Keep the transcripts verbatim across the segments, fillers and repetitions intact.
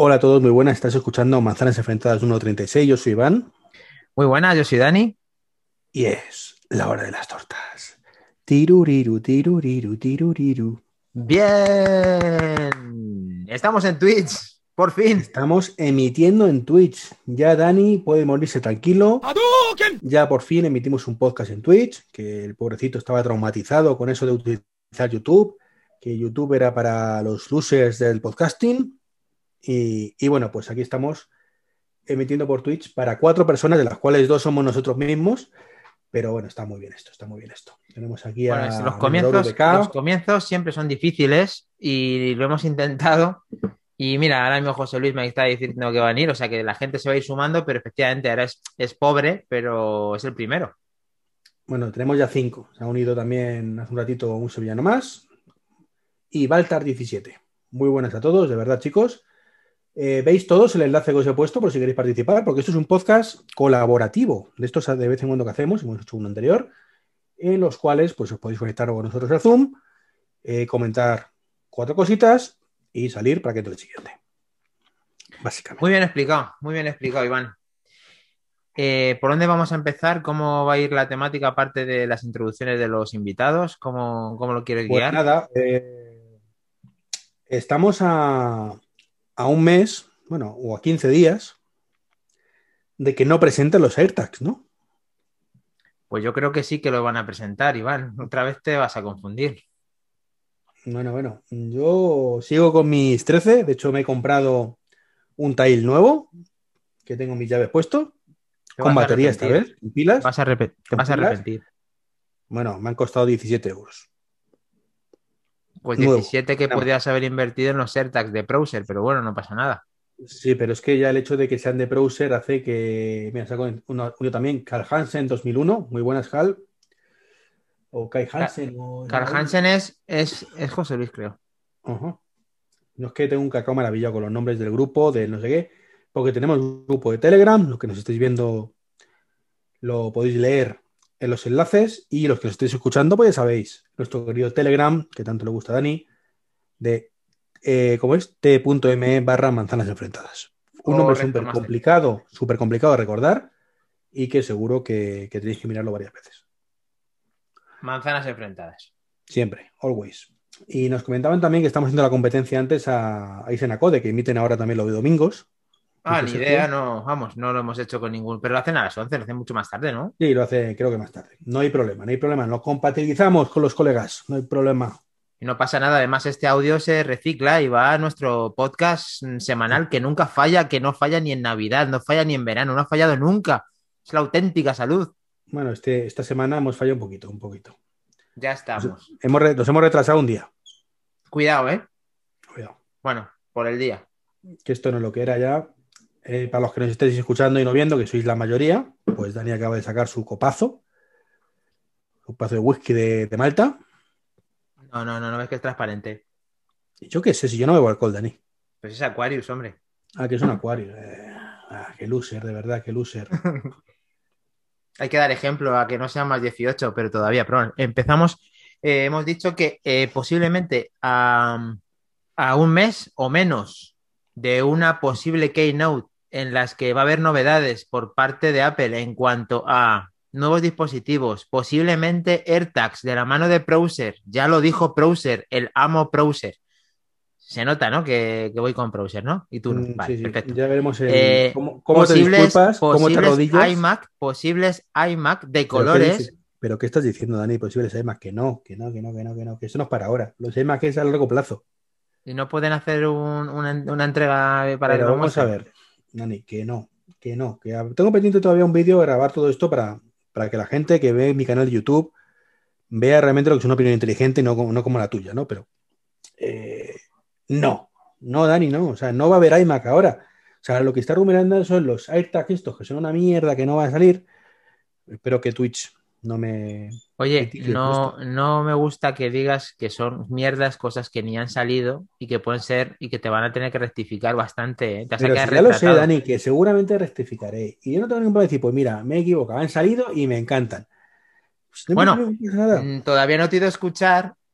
Hola a todos, muy buenas. Estás escuchando Manzanas Enfrentadas uno treinta y seis. Yo soy Iván Muy buenas, yo soy Dani. y es la hora de las tortas. Tiruriru, tiruriru, tiruriru. Bien, estamos en Twitch, por fin. Estamos emitiendo en Twitch. Ya Dani puede morirse tranquilo. Ya por fin emitimos un podcast en Twitch, que el pobrecito estaba traumatizado con eso de utilizar YouTube, que YouTube era para los losers del podcasting. Y, y bueno, pues aquí estamos emitiendo por Twitch para cuatro personas, de las cuales dos somos nosotros mismos. Pero bueno, está muy bien esto, está muy bien esto. Tenemos aquí Bueno, es- los a Menodoro comienzos, los V K. comienzos siempre son difíciles y lo hemos intentado. Y mira, ahora mismo José Luis me está diciendo que va a venir, o sea que la gente se va a ir sumando, pero efectivamente ahora es, es pobre, pero es el primero. Bueno, tenemos ya cinco. Se ha unido también hace un ratito un sevillano más. Y Baltar diecisiete. Muy buenas a todos, de verdad, chicos. Eh, Veis todos el enlace que os he puesto por si queréis participar, porque esto es un podcast colaborativo. De estos de vez en cuando que hacemos, hemos hecho uno anterior, en los cuales pues os podéis conectar con nosotros al Zoom, eh, comentar cuatro cositas y salir para que entre el siguiente. Muy Básicamente. bien explicado, muy bien explicado, Iván. Eh, ¿por dónde vamos a empezar? ¿Cómo va a ir la temática aparte de las introducciones de los invitados? ¿Cómo, cómo lo quieres Pues guiar? nada, eh, estamos a, a un mes, bueno, o a quince días de que no presenten los AirTags, ¿no? Pues yo creo que sí que lo van a presentar, Iván. Otra vez te vas a confundir. Bueno, bueno, yo sigo con mis trece. De hecho me he comprado un Tile nuevo, que tengo mis llaves puesto, Te con vas a batería esta arrepentir. vez, con pilas, Vas a arrepe- te con vas a pilas. arrepentir. Bueno, me han costado diecisiete euros. Pues Nuevo. diecisiete que Nada más. podrías haber invertido en los AirTags de browser, pero bueno, no pasa nada. Sí, pero es que ya el hecho de que sean de browser hace que, mira, saco uno, uno también, Carl Hansen dos mil uno, muy buenas, Carl, o Kai Ca- Hansen, o Carl ahí. Hansen es, es, es José Luis, creo. Ajá. No es que tengo un cacao maravillado con los nombres del grupo, de no sé qué, porque tenemos un grupo de Telegram, los que nos estáis viendo lo podéis leer en los enlaces y los que nos estáis escuchando, pues ya sabéis, nuestro querido Telegram, que tanto le gusta a Dani, de, eh, ¿cómo es? T.me barra manzanas enfrentadas. Un nombre Correcto, súper Master. complicado, súper complicado de recordar y que seguro que, que tenéis que mirarlo varias veces. Manzanas enfrentadas. Siempre, always. Y nos comentaban también que estamos haciendo la competencia antes a, a Isenacode, que emiten ahora también los domingos. Ah, Dice ni idea, Sergio. no, vamos, no lo hemos hecho con ningún. Pero lo hacen a las once, lo hacen mucho más tarde, ¿no? Sí, lo hace, creo que más tarde. No hay problema, no hay problema. Nos compatibilizamos con los colegas, no hay problema. Y no pasa nada. Además, este audio se recicla y va a nuestro podcast mm, semanal que nunca falla, que no falla ni en Navidad, no falla ni en verano, no ha fallado nunca. Es la auténtica salud. Bueno, este, esta semana hemos fallado un poquito, un poquito. Ya Nos estamos. hemos, re- nos hemos retrasado un día. Cuidado, ¿eh? Cuidado. Bueno, por el día. Que esto no es lo que era ya. Eh, para los que nos estéis escuchando y no viendo, que sois la mayoría, pues Dani acaba de sacar su copazo, un copazo de whisky de, de Malta. No, no, no, no ves que es transparente. Y yo qué sé, si yo no bebo alcohol, Dani. Pues es Aquarius, hombre. Ah, que es un acuario. Eh, ah, qué loser, de verdad, qué loser. Hay que dar ejemplo a que no sean más dieciocho, pero todavía. Pero bueno, empezamos. Eh, hemos dicho que eh, posiblemente a, a un mes o menos de una posible keynote en las que va a haber novedades por parte de Apple en cuanto a nuevos dispositivos, posiblemente AirTags de la mano de Browser. Ya lo dijo Browser, el amo Browser. Se nota, ¿no? Que, que voy con Browser, ¿no? Y tú no. Mm, Vale, sí, sí, perfecto. ya veremos el Eh, cómo, cómo te posibles, disculpas, cómo te posibles arrodillas. iMac, posibles iMac de ¿Pero qué dices? colores. ¿Pero qué estás diciendo, Dani? Posibles iMac, que no, que no, que no, que no, que no, que eso no es para ahora. Los iMac es a largo plazo. Y no pueden hacer un- una, una entrega para que Pero nos vamos a muestren. ver, Dani, que no, que no, que a- tengo pendiente todavía un vídeo de grabar todo esto para, para que la gente que ve mi canal de YouTube vea realmente lo que es una opinión inteligente y no, como- no como la tuya, ¿no? Pero eh, no, no, Dani, no. O sea, no va a haber iMac ahora. O sea, lo que está rumoreando son los AirTags estos, que son una mierda, que no van a salir. Espero que Twitch no me Oye, critique por no, esto. no me gusta que digas que son mierdas, cosas que ni han salido y que pueden ser y que te van a tener que rectificar bastante, ¿eh? Te vas a Pero quedar si ya lo sé, retratado. Dani, que seguramente rectificaré. Y yo no tengo ningún problema de decir, pues mira, me equivoco, han salido y me encantan. Pues no hay Bueno, problema, no pasa nada. mm, todavía no te he ido a escuchar,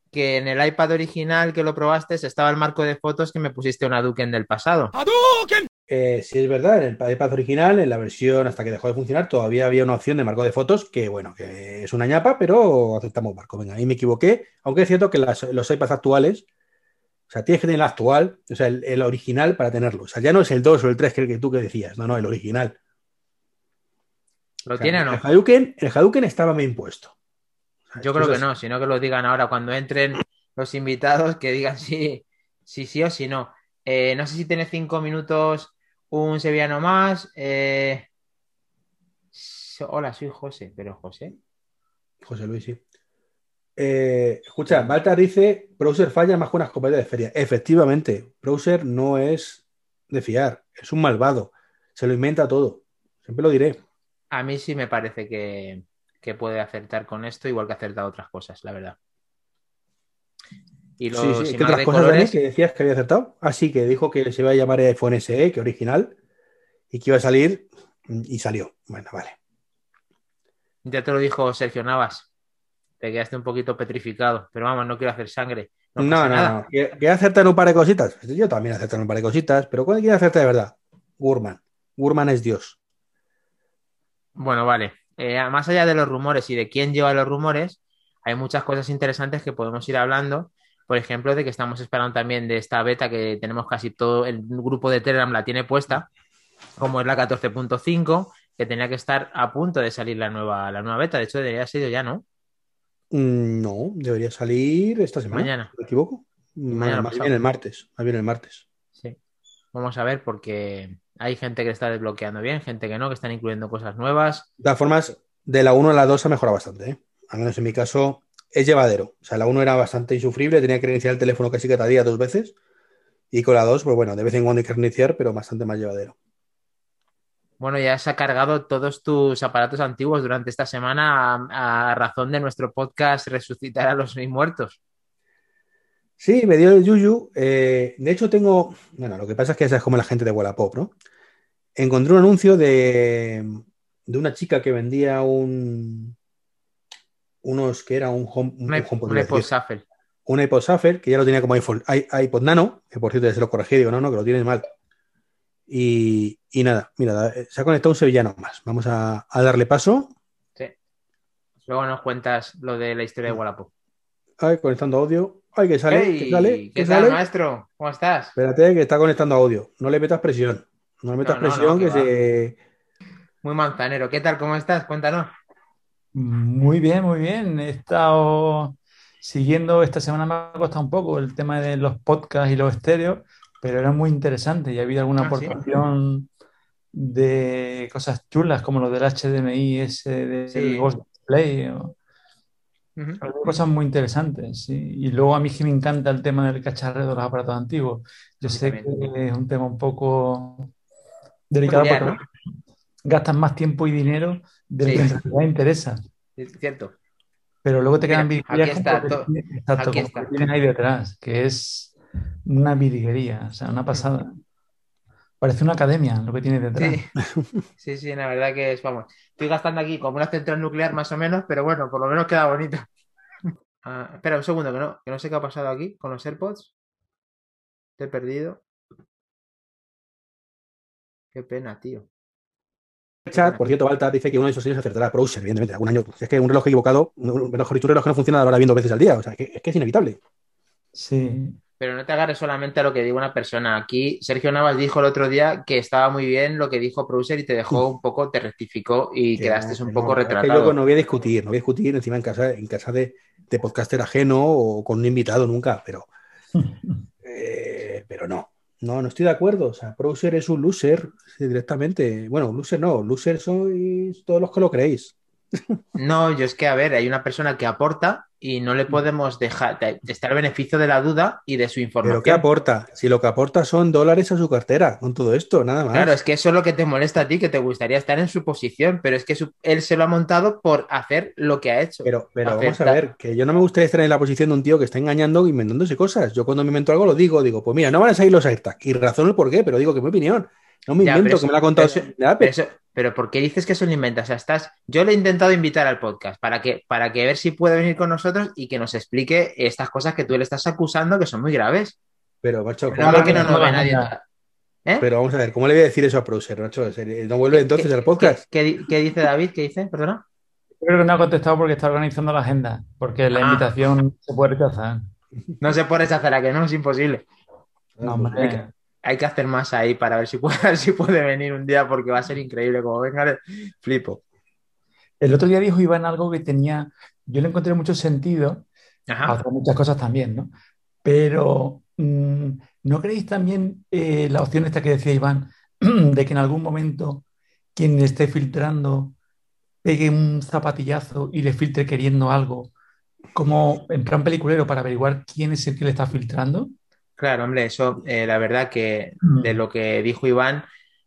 que en el iPad original que lo probaste estaba el marco de fotos que me pusiste una Duken del pasado. Eh, sí, es verdad, en el iPad original, en la versión hasta que dejó de funcionar, todavía había una opción de marco de fotos que, bueno, que es una ñapa, pero aceptamos marco. Venga, ahí me equivoqué, aunque es cierto que las, los iPads actuales, o sea, tienes que tener el actual, o sea, el, el original para tenerlo. O sea, ya no es el dos o el tres que, el que tú que decías, no, no, el original. ¿Lo O sea, tiene o el no? Hadouken, el Hadouken estaba bien puesto. O sea, Yo esto creo es que así. no, sino que lo digan ahora cuando entren los invitados, que digan sí, sí, sí o sí no. Eh, no sé si tiene cinco minutos un sevillano más. Eh, so- Hola, soy José, pero José. José Luis, sí. Eh, escucha, Eh, Baltar dice, Browser falla más que una escopeta de feria. Efectivamente, Browser no es de fiar, es un malvado. Se lo inventa todo. Siempre lo diré. a mí sí me parece que, que puede acertar con esto, igual que ha acertado otras cosas, la verdad. Y Sí, los sí. ¿Qué imanes otras de cosas, Dani, que colores, decías que había acertado? Ah, sí, que dijo que se iba a llamar iPhone S E, que original, y que iba a salir, y salió. Bueno, vale. ya te lo dijo Sergio Navas. Te quedaste un poquito petrificado, pero vamos, no quiero hacer sangre. No No, pasa no, nada. no. ¿Que, que acertar un par de cositas? Yo también acerté un par de cositas, pero ¿cuál quiere acertar de verdad? Gurman. Gurman es Dios. Bueno, vale. Eh, más allá de los rumores y de quién lleva los rumores, hay muchas cosas interesantes que podemos ir hablando. Por ejemplo, de que estamos esperando también de esta beta que tenemos casi todo el grupo de Telegram la tiene puesta, como es la catorce punto cinco, que tenía que estar a punto de salir la nueva, la nueva beta. De hecho, debería haber sido ya, ¿no? Mm, no, debería salir esta semana, si Mañana. no me equivoco. Y Más, mañana más bien pasado. el martes. Más bien el martes. Sí. Vamos a ver porque hay gente que está desbloqueando bien, gente que no, que están incluyendo cosas nuevas. De todas formas, de la uno a la dos ha mejorado bastante, ¿eh? Al menos en mi caso, es llevadero. O sea, la uno era bastante insufrible, tenía que reiniciar el teléfono casi cada día dos veces. Y con la dos, pues bueno, de vez en cuando hay que reiniciar, pero bastante más llevadero. Bueno, ya se ha cargado todos tus aparatos antiguos durante esta semana a, a razón de nuestro podcast Resucitar a los muertos. Sí, me dio el yuyu. Eh, de hecho, tengo. Bueno, lo que pasa es que esa es como la gente de Wallapop, ¿no? Encontré un anuncio de, de una chica que vendía un, unos que era un home, un, Un, un i- HomePod, un iba a iPod decir, Shuffle. un iPod Shuffle, que ya lo tenía como iPhone, i- iPod Nano, que por cierto ya se lo corregí, digo, no, no, que lo tienes mal. Y, y nada, mira, se ha conectado un sevillano más. Vamos a, a darle paso. Sí. Luego nos cuentas lo de la historia de Wallapop. Ay, conectando audio. Ay, que sale, que sale, ¡Hey! que ¿Qué tal, sale. maestro? ¿Cómo estás? Espérate, que está conectando audio. No le metas presión. No le metas No, no, no, presión, que que va. se. Muy manzanero. ¿Qué tal? ¿Cómo estás? Cuéntanos. Muy bien, muy bien. He estado siguiendo, esta semana me ha costado un poco el tema de los podcasts y los estéreos, pero era muy interesante y ha habido alguna Ah, sí. aportación de cosas chulas como lo del H D M I, ese del Sí. Ghost Play. O- Ujú. Hay cosas muy interesantes, sí. Y luego a mí que me encanta el tema del cacharreo de los aparatos antiguos. Yo A mí sé también. que es un tema un poco delicado Peculiar, porque ¿no? gastas más tiempo y dinero del que Sí, en realidad interesa. es cierto. pero luego te quedan Mira, aquí virguerías como lo está. que to- tienes, exacto, Aquí como lo que está. tienes ahí detrás, que es una virguería, o sea, una Hmm. pasada. Parece una academia lo que tienes detrás. Sí. Sí, sí, la verdad que es, vamos, estoy gastando aquí como una central nuclear más o menos, pero bueno, por lo menos queda bonito. Ah, espera un segundo, que no, que no sé qué ha pasado aquí con los AirPods. Te he perdido. Qué pena, tío. Qué Chat, pena. por cierto, Balta dice que uno de esos años acertará Browser, evidentemente, algún año. Si es que un reloj equivocado, un reloj y tu reloj que no funciona ahora viendo veces al día. O sea, que, es que es inevitable. Sí, Pero no te agarres solamente a lo que diga una persona. Aquí Sergio Navas dijo el otro día que estaba muy bien lo que dijo Prouser y te dejó un poco, te rectificó y Que quedaste no, un que poco no. Es que yo retratado. no voy a discutir, no voy a discutir encima en casa, en casa de, de podcaster ajeno o con un invitado nunca, pero, eh, pero no. No, no estoy de acuerdo. O sea, Browser es un loser sí, directamente. Bueno, loser no, loser sois todos los que lo creéis. No, yo es que, a ver, hay una persona que aporta y no le podemos dejar, de- está el beneficio de la duda y de su Pero ¿qué información. aporta? Si lo que aporta son dólares a su cartera, con todo esto, nada Claro, es más. que eso es lo que te molesta a ti, que te gustaría estar en su posición, pero es que su- él se lo ha montado por hacer lo que ha hecho. Pero, pero vamos a Acepta. ver, que yo no me gustaría estar en la posición de un tío que está engañando e inventándose cosas. Yo cuando me invento algo lo digo, digo, pues mira, no van a salir los AirTag. Y razono el por qué, pero digo que es mi opinión. No me Ya, invento pero que eso- me lo ha contado pero- de Apple. pero eso- pero ¿por qué dices que eso lo inventas? O sea, estás. Yo le he intentado invitar al podcast para que, para que ver si puede venir con nosotros y que nos explique estas cosas que tú le estás acusando que son muy graves. Pero, macho, No ¿cómo Está le porque voy no a... nos organizando ve la nadie. agenda. toda- ¿Eh? Pero vamos a ver, ¿cómo le voy a decir eso a Producer, macho? ¿En serio? ¿No vuelve ¿Qué, entonces qué- al qué- podcast? qué di- qué dice David? ¿Qué dice? Perdona. Yo creo que no ha contestado porque está organizando la agenda, porque la Ah, invitación se puede rechazar. no se puede rechazar a que no, es imposible. No, Ah, pues Hay bueno. que, hombre. hay que hacer más ahí para ver si puede, a ver si puede venir un día porque va a ser increíble. Como venga, le- flipo. El otro día dijo Iván algo que tenía, yo le encontré mucho sentido, a Ajá. otras muchas cosas también, ¿no? Pero mm, ¿no creéis también eh, la opción esta que decía Iván, de que en algún momento quien esté filtrando pegue un zapatillazo y le filtre queriendo algo, como en plan peliculero para averiguar quién es el que le está filtrando? Claro, hombre, eso, eh, la verdad que de Mm. lo que dijo Iván,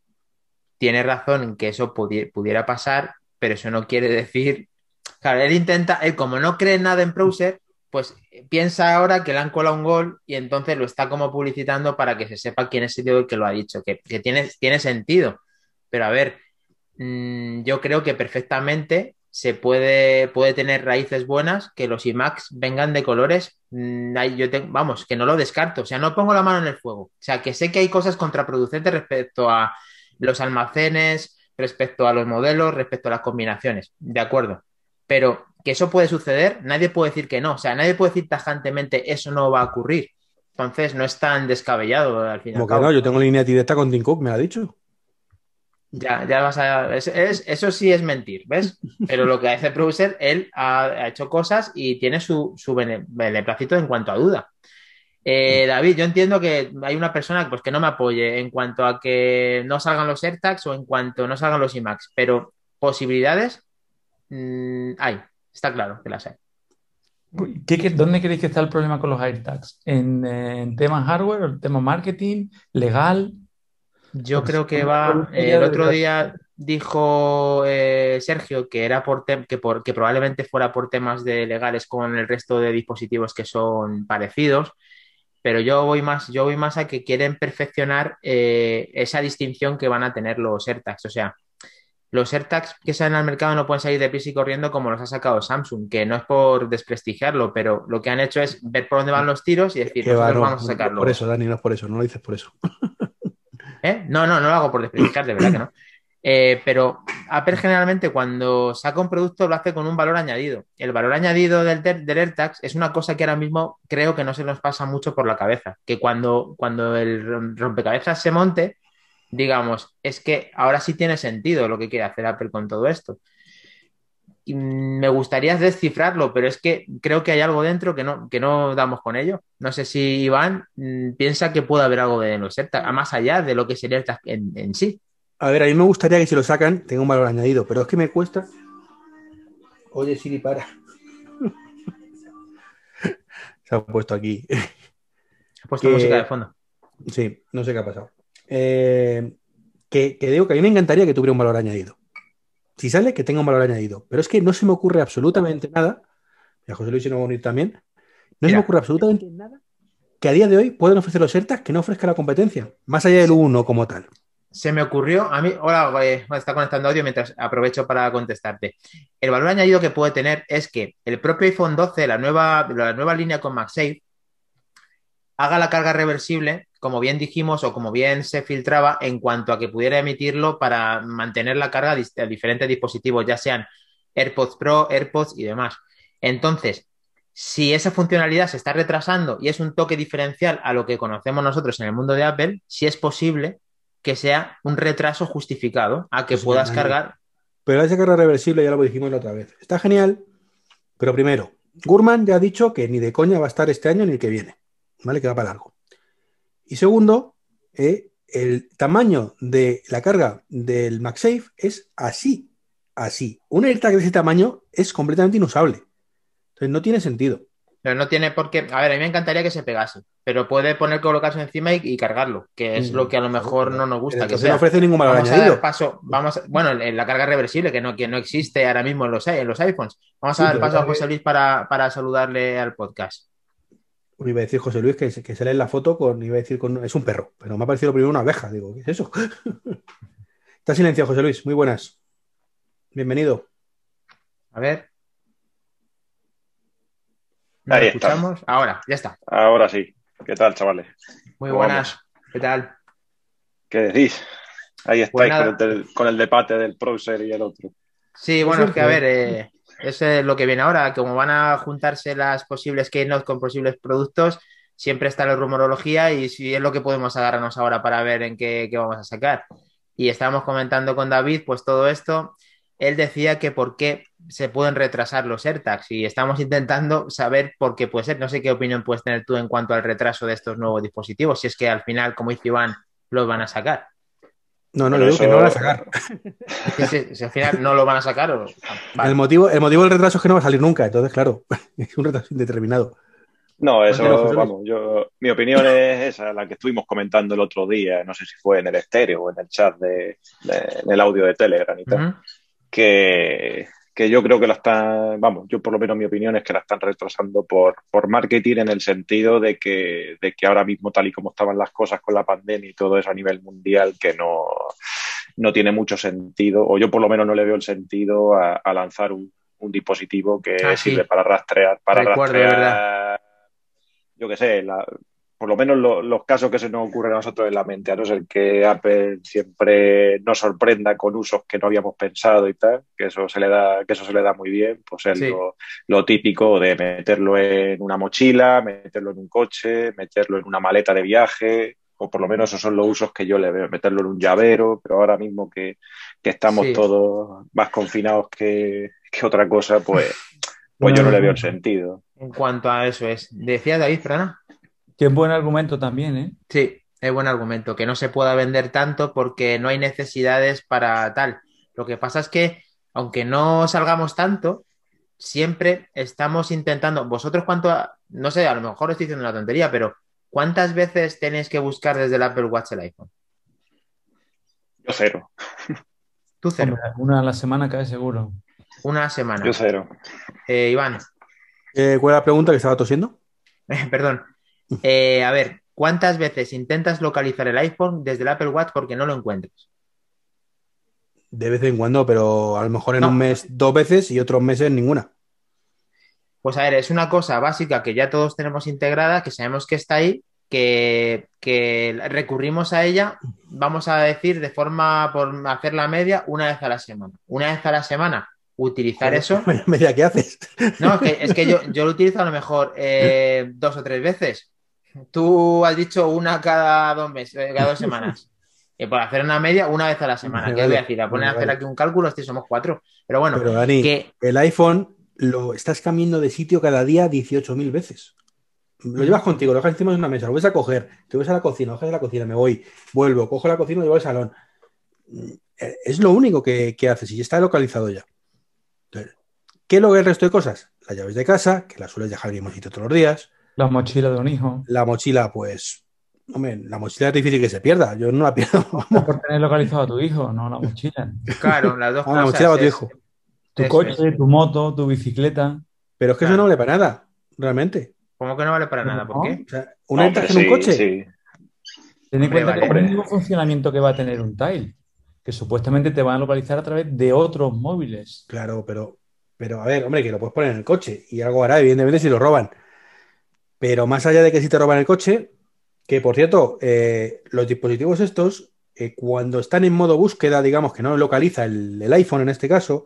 tiene razón en que eso pudi- pudiera pasar, pero eso no quiere decir. Claro, él intenta, él como no cree en nada en browser, pues piensa ahora que le han colado un gol y entonces lo está como publicitando para que se sepa quién es el que lo ha dicho, que, que tiene, tiene sentido. Pero a ver, mmm, yo creo que perfectamente se puede, puede tener raíces buenas, que los iMacs vengan de colores, mmm, ahí yo te- vamos, que no lo descarto, o sea, no pongo la mano en el fuego, o sea, que sé que hay cosas contraproducentes respecto a los almacenes, respecto a los modelos, respecto a las combinaciones, de acuerdo, pero que eso puede suceder, nadie puede decir que no, o sea, nadie puede decir tajantemente eso no va a ocurrir, entonces no es tan descabellado al fin y al Como que no, cabo. yo tengo línea directa con Tim Cook, me lo ha dicho. Ya, ya vas a. Es, es- eso sí es mentir, ¿ves? Pero lo que hace Browser, él ha, ha hecho cosas y tiene su, su bene- beneplácito en cuanto a duda. Eh, David, yo entiendo que hay una persona pues, que no me apoye en cuanto a que no salgan los AirTags o en cuanto no salgan los iMacs, pero posibilidades mm, hay, está claro que las hay. ¿Qué- qué- dónde creéis que está el problema con los AirTags? ¿En, eh, en temas hardware, en temas marketing, legal? Yo Porque si creo es que un va. producto Eh, ya el otro debería día ser- dijo eh, Sergio que era por tem- que, por, que probablemente fuera por temas de legales con el resto de dispositivos que son parecidos, pero yo voy más, yo voy más a que quieren perfeccionar eh, esa distinción que van a tener los AirTags. O sea, los AirTags que salen al mercado no pueden salir de prisa y corriendo como los ha sacado Samsung, que no es por desprestigiarlo, pero lo que han hecho es ver por dónde van los tiros y decir, Que va, nosotros no, vamos a no es por eso, sacarlos. Dani, no es por eso, no lo dices por eso. ¿Eh? No, no, no lo hago por desprestigiar, de verdad que no. Eh, pero Apple generalmente cuando saca un producto lo hace con un valor añadido. El valor añadido del, del AirTags es una cosa que ahora mismo creo que no se nos pasa mucho por la cabeza. Que cuando, cuando el rompecabezas se monte, digamos, es que ahora sí tiene sentido lo que quiere hacer Apple con todo esto. Y me gustaría descifrarlo, pero es que creo que hay algo dentro que no, que no damos con ello. No sé si Iván mmm, piensa que puede haber algo de los AirTags, más allá de lo que sería el AirTag en, en sí. A ver, a mí me gustaría que si lo sacan tenga un valor añadido, pero es que me cuesta. Oye, Siri, para. Se ha puesto aquí. He puesto Que, música de fondo. sí, no sé qué ha pasado. Eh, que, que digo que a mí me encantaría que tuviera un valor añadido. Si sale, que tenga un valor añadido. Pero es que no se me ocurre absolutamente nada. Y a José Luis y no va a unir también. No se me Mira, ocurre absolutamente nada que a día de hoy pueden ofrecer los AirTags que no ofrezca la competencia, más allá del se, uno como tal. se me ocurrió, a mí, hola, eh, está conectando audio mientras aprovecho para contestarte. El valor añadido que puede tener es que el propio iPhone doce, la nueva, la nueva línea con MagSafe, haga la carga reversible, como bien dijimos o como bien se filtraba, en cuanto a que pudiera emitirlo para mantener la carga a diferentes dispositivos, ya sean AirPods Pro, AirPods y demás. Entonces, si esa funcionalidad se está retrasando y es un toque diferencial a lo que conocemos nosotros en el mundo de Apple, sí es posible que sea un retraso justificado a que Sí, puedas Dani. cargar. Pero esa carga reversible ya lo dijimos la otra vez. Está genial, pero primero, Gurman ya ha dicho que ni de coña va a estar este año ni el que viene, ¿vale? Que va para largo. Y segundo, eh, el tamaño de la carga del MagSafe es así, así. Un AirTag de ese tamaño es completamente inusable. Entonces no tiene sentido. Pero no tiene por qué. A ver, a mí me encantaría que se pegase, pero puede poner colocarse encima y, y cargarlo, que es Mm, lo que a lo claro, mejor pero- no nos pero gusta que entonces no sea. ofrece ningún valor Vamos a añadido. dar paso, vamos a- bueno, en la carga reversible, que no, que no existe ahora mismo en los, en los iPhones. Vamos Sí, a dar pero paso a cargue- José Luis para, para saludarle al podcast. Pues iba a decir José Luis que, se- que sale en la foto con, iba a decir con, es un perro, pero me ha parecido primero una abeja. Digo, ¿qué es eso? Está silenciado, José Luis. Muy buenas. Bienvenido. A ver. ¿Nos Ahí escuchamos? estamos. Ahora, ya está. Ahora sí. ¿Qué tal, chavales? Muy ¿Cómo buenas. vamos? ¿Qué tal? ¿Qué decís? Ahí Pues estáis con el, nada. del- con el debate del Browser y el otro. Sí, Yo bueno, es que a siempre, ver, eh, es eh, lo que viene ahora. Como van a juntarse las posibles keynote con posibles productos, siempre está la rumorología y si es lo que podemos agarrarnos ahora para ver en qué, qué vamos a sacar. Y estábamos comentando con David, pues todo esto, él decía que por qué se pueden retrasar los AirTags y estamos intentando saber por qué puede ser. No sé qué opinión puedes tener tú en cuanto al retraso de estos nuevos dispositivos, si es que al final, como dice Iván, los van a sacar. no, no, Bueno, yo digo que no lo van a eso, sacar. Es que si, si al final no lo van a sacar, o... ah, El vale. motivo, el motivo del retraso es que no va a salir nunca, entonces, claro, es un retraso indeterminado. no, Cuéntanos, eso, José Luis. vamos, yo, mi opinión es esa, la que estuvimos comentando el otro día, no sé si fue en el estéreo o en el chat de, de- en el audio de Telegram y tal, Ujú. que, que yo creo que la están, vamos, yo por lo menos mi opinión es que la están retrasando por, por marketing en el sentido de que, de que ahora mismo, tal y como estaban las cosas con la pandemia y todo eso a nivel mundial, que no, no tiene mucho sentido, o yo por lo menos no le veo el sentido a, a lanzar un, un dispositivo que Ah, sirve sí, para rastrear, para recuerdo, de verdad. rastrear, yo qué sé, la, por lo menos lo, los casos que se nos ocurren a nosotros en la mente, a no ser que Apple siempre nos sorprenda con usos que no habíamos pensado y tal, que eso se le da, que eso se le da muy bien, pues es Sí, lo, lo típico de meterlo en una mochila, meterlo en un coche, meterlo en una maleta de viaje, o por lo menos esos son los usos que yo le veo, meterlo en un llavero, pero ahora mismo que, que estamos sí. todos más confinados que, que otra cosa, pues, pues Buen yo no le veo el argumento. sentido. En cuanto a eso es. ¿Decías, David, perdona? Qué buen argumento también, ¿eh? Sí, es buen argumento, que no se pueda vender tanto porque no hay necesidades para tal. Lo que pasa es que, aunque no salgamos tanto, siempre estamos intentando. ¿Vosotros cuánto, no sé, a lo mejor estoy diciendo una tontería, pero ¿cuántas veces tenéis que buscar desde el Apple Watch el iPhone? Yo cero, Tú Hombre, cero. una a la semana cae seguro. Una yo semana. cero. Eh, Iván, Eh, ¿Cuál era la pregunta que estaba tosiendo? perdón. Eh, a ver, ¿cuántas veces intentas localizar el iPhone desde el Apple Watch porque no lo encuentras? De vez en cuando, pero a lo mejor en un No, mes dos veces y otros meses ninguna. pues a ver, es una cosa básica que ya todos tenemos integrada, que sabemos que está ahí, que, que recurrimos a ella, vamos a decir, de forma, por hacer la media, una vez a la semana. Una vez a la semana, utilizar Joder, eso. vaya media, ¿qué haces? No, es que, es que yo, yo lo utilizo a lo mejor eh, dos o tres veces. Tú has dicho una cada dos meses, eh, cada dos semanas. Y por hacer una media, una vez a la semana. Vale, ¿Qué os voy a vale, decir? A poner vale, a hacer vale. aquí un cálculo, este somos cuatro. Pero bueno, Pero Dani, que... el iPhone lo estás cambiando de sitio cada día dieciocho mil veces. Lo llevas Ujú. contigo, lo dejas encima de una mesa, lo vas a coger, te vas a la cocina, lo dejas en la cocina, me voy, vuelvo, cojo la cocina y lo llevo al salón. Eh, Es lo único que, que haces y está localizado ya. Entonces, ¿qué es lo que el resto de cosas? Las llaves de casa, que las sueles dejar en el mismo sitio todos los días. La mochila de un hijo. La mochila, pues, hombre, la mochila es difícil que se pierda. Yo no la pierdo. Es Vamos. por tener localizado a tu hijo, no la mochila. Claro, las dos Ah, la mochila cosas para tu es hijo. Tu eso es. coche, tu moto, tu bicicleta. Pero es que eso no Claro. vale para nada, realmente. ¿Cómo que no vale para ¿Cómo nada? ¿Por no? qué? O sea, un No, AirTag hombre, en un sí, coche. sí. Ten en Hombre, cuenta que vale. es el Hombre, mismo funcionamiento que va a tener un Tile, que supuestamente te van a localizar a través de otros móviles. Claro, pero, pero a ver, hombre, que lo puedes poner en el coche y algo hará, evidentemente, si lo roban. Pero más allá de que si te roban el coche, que por cierto, eh, los dispositivos estos, eh, cuando están en modo búsqueda, digamos que no localiza el, el iPhone en este caso,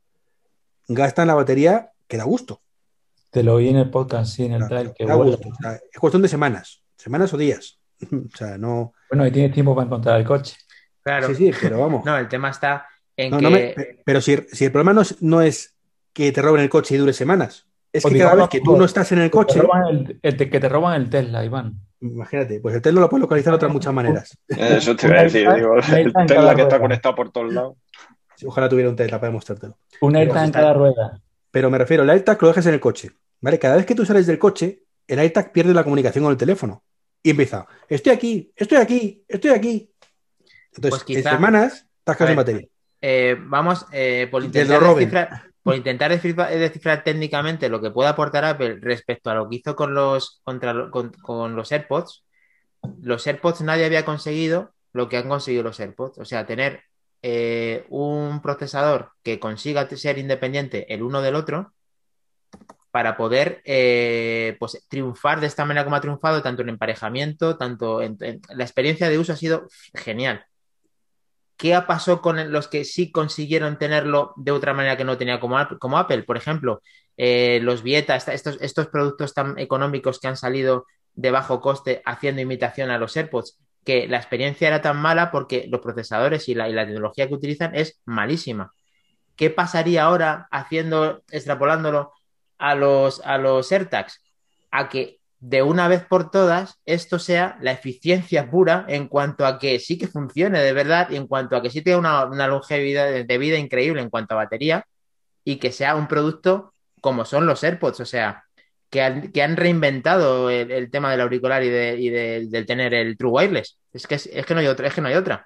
gastan la batería que da gusto. Te lo oí en el podcast, sí, en O el sea, Tile, pero que que da vuela. gusto. O sea, es cuestión de semanas, semanas o días. O sea, no. Bueno, ahí tienes tiempo para encontrar el coche. Sí, Claro. sí, pero vamos. No, el tema está en No, no me, que... pe- pero si, si el problema no es, no es que te roben el coche y dure semanas, es O que cada digámoslo vez que tú no mejor, estás en el que te coche, roban el, el te- que te roban el Tesla, Iván. imagínate, pues el Tesla lo puedes localizar de otras muchas maneras. eso te Un iba a decir, AirTag, digo, un el AirTag en Tesla cada que está rueda. conectado por todos lados. Sí, ojalá tuviera un Tesla para demostrártelo. Un Pero, AirTag en está- cada rueda. pero me refiero, el AirTag lo dejas en el coche, ¿vale? Cada vez que tú sales del coche, el AirTag pierde la comunicación con el teléfono y empieza, estoy aquí, estoy aquí, estoy aquí. Entonces, Pues en quizá... semanas, estás A casi en ver, batería. eh, vamos, eh, por Y que te lo intentar roben. descifrar, por intentar descifrar, descifrar técnicamente lo que puede aportar Apple respecto a lo que hizo con los, contra, con, con los AirPods. Los AirPods nadie había conseguido lo que han conseguido los AirPods. O sea, tener eh, un procesador que consiga ser independiente el uno del otro para poder eh, pues, triunfar de esta manera como ha triunfado, tanto en emparejamiento, tanto en, en la experiencia de uso ha sido genial. ¿Qué pasó con los que sí consiguieron tenerlo de otra manera que no tenía como, como Apple? Por ejemplo, eh, los Vieta, estos, estos productos tan económicos que han salido de bajo coste haciendo imitación a los AirPods, que la experiencia era tan mala porque los procesadores y la, y la tecnología que utilizan es malísima. ¿Qué pasaría ahora haciendo, extrapolándolo a los, a los AirTags? A que de una vez por todas esto sea la eficiencia pura en cuanto a que sí que funcione de verdad y en cuanto a que sí tenga una, una longevidad de, de vida increíble en cuanto a batería y que sea un producto como son los AirPods, o sea, que han, que han reinventado el, el tema del auricular y, de, y de, del tener el True Wireless. Es que, es, es que no hay otra, es que no hay otra.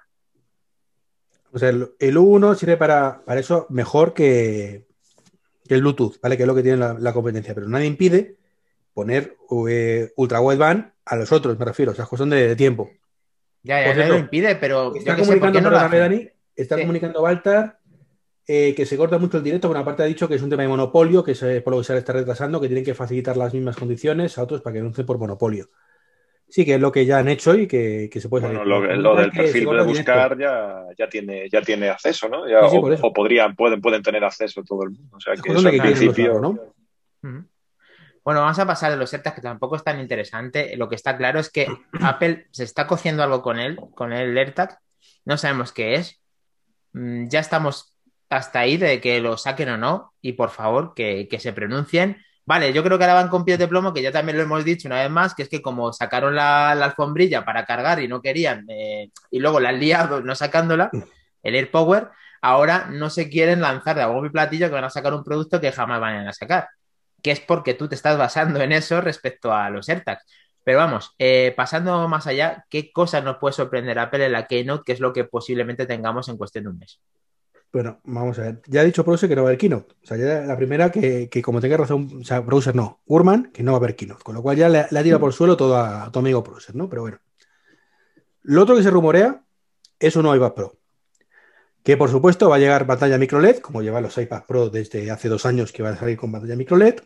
O sea, el, el U uno sirve para, para eso mejor que, que el Bluetooth, ¿vale? Que es lo que tiene la, la competencia, pero nadie impide poner eh, ultra wideband a los otros, me refiero, o sea, es cuestión de, de tiempo. Ya, ya, nadie lo impide, pero está yo que sé, ¿por qué no lo hacen? Dani, está sí. comunicando Baltar eh, que se corta mucho el directo, por una parte ha dicho que es un tema de monopolio, que se, por lo que se le está retrasando, que tienen que facilitar las mismas condiciones a otros para que no por monopolio. Sí, que es lo que ya han hecho y que, que se puede bueno, salir. Lo, lo del perfil de buscar ya, ya, tiene, ya tiene acceso, ¿no? Ya, sí, sí, o, o podrían, pueden, pueden tener acceso todo el mundo. O sea, que eso en principio... ¿no? Uh-huh. Bueno, vamos a pasar de los AirTags, que tampoco es tan interesante. Lo que está claro es que Apple se está cociendo algo con él, con el AirTag. No sabemos qué es. Ya estamos hasta ahí de que lo saquen o no. Y por favor, que, que se pronuncien. Vale, yo creo que ahora van con pies de plomo, que ya también lo hemos dicho una vez más, que es que como sacaron la, la alfombrilla para cargar y no querían, eh, y luego la han liado no sacándola, el AirPower, ahora no se quieren lanzar de a bombo y platillo que van a sacar un producto que jamás van a sacar. Que es porque tú te estás basando en eso respecto a los AirTags. Pero vamos, eh, pasando más allá, ¿qué cosas nos puede sorprender Apple en la Keynote, que es lo que posiblemente tengamos en cuestión de un mes? Bueno, vamos a ver. Ya ha dicho Browser que no va a haber Keynote. O sea, ya la primera que, que como tenga razón, o sea, Browser no, Gurman, que no va a haber Keynote. Con lo cual ya le, le ha tirado por el suelo todo a, a tu amigo Browser, ¿no? Pero bueno. Lo otro que se rumorea es un nuevo iPad Pro. Que por supuesto va a llegar pantalla micro L E D, como llevan los iPad Pro desde hace dos años que van a salir con pantalla micro L E D.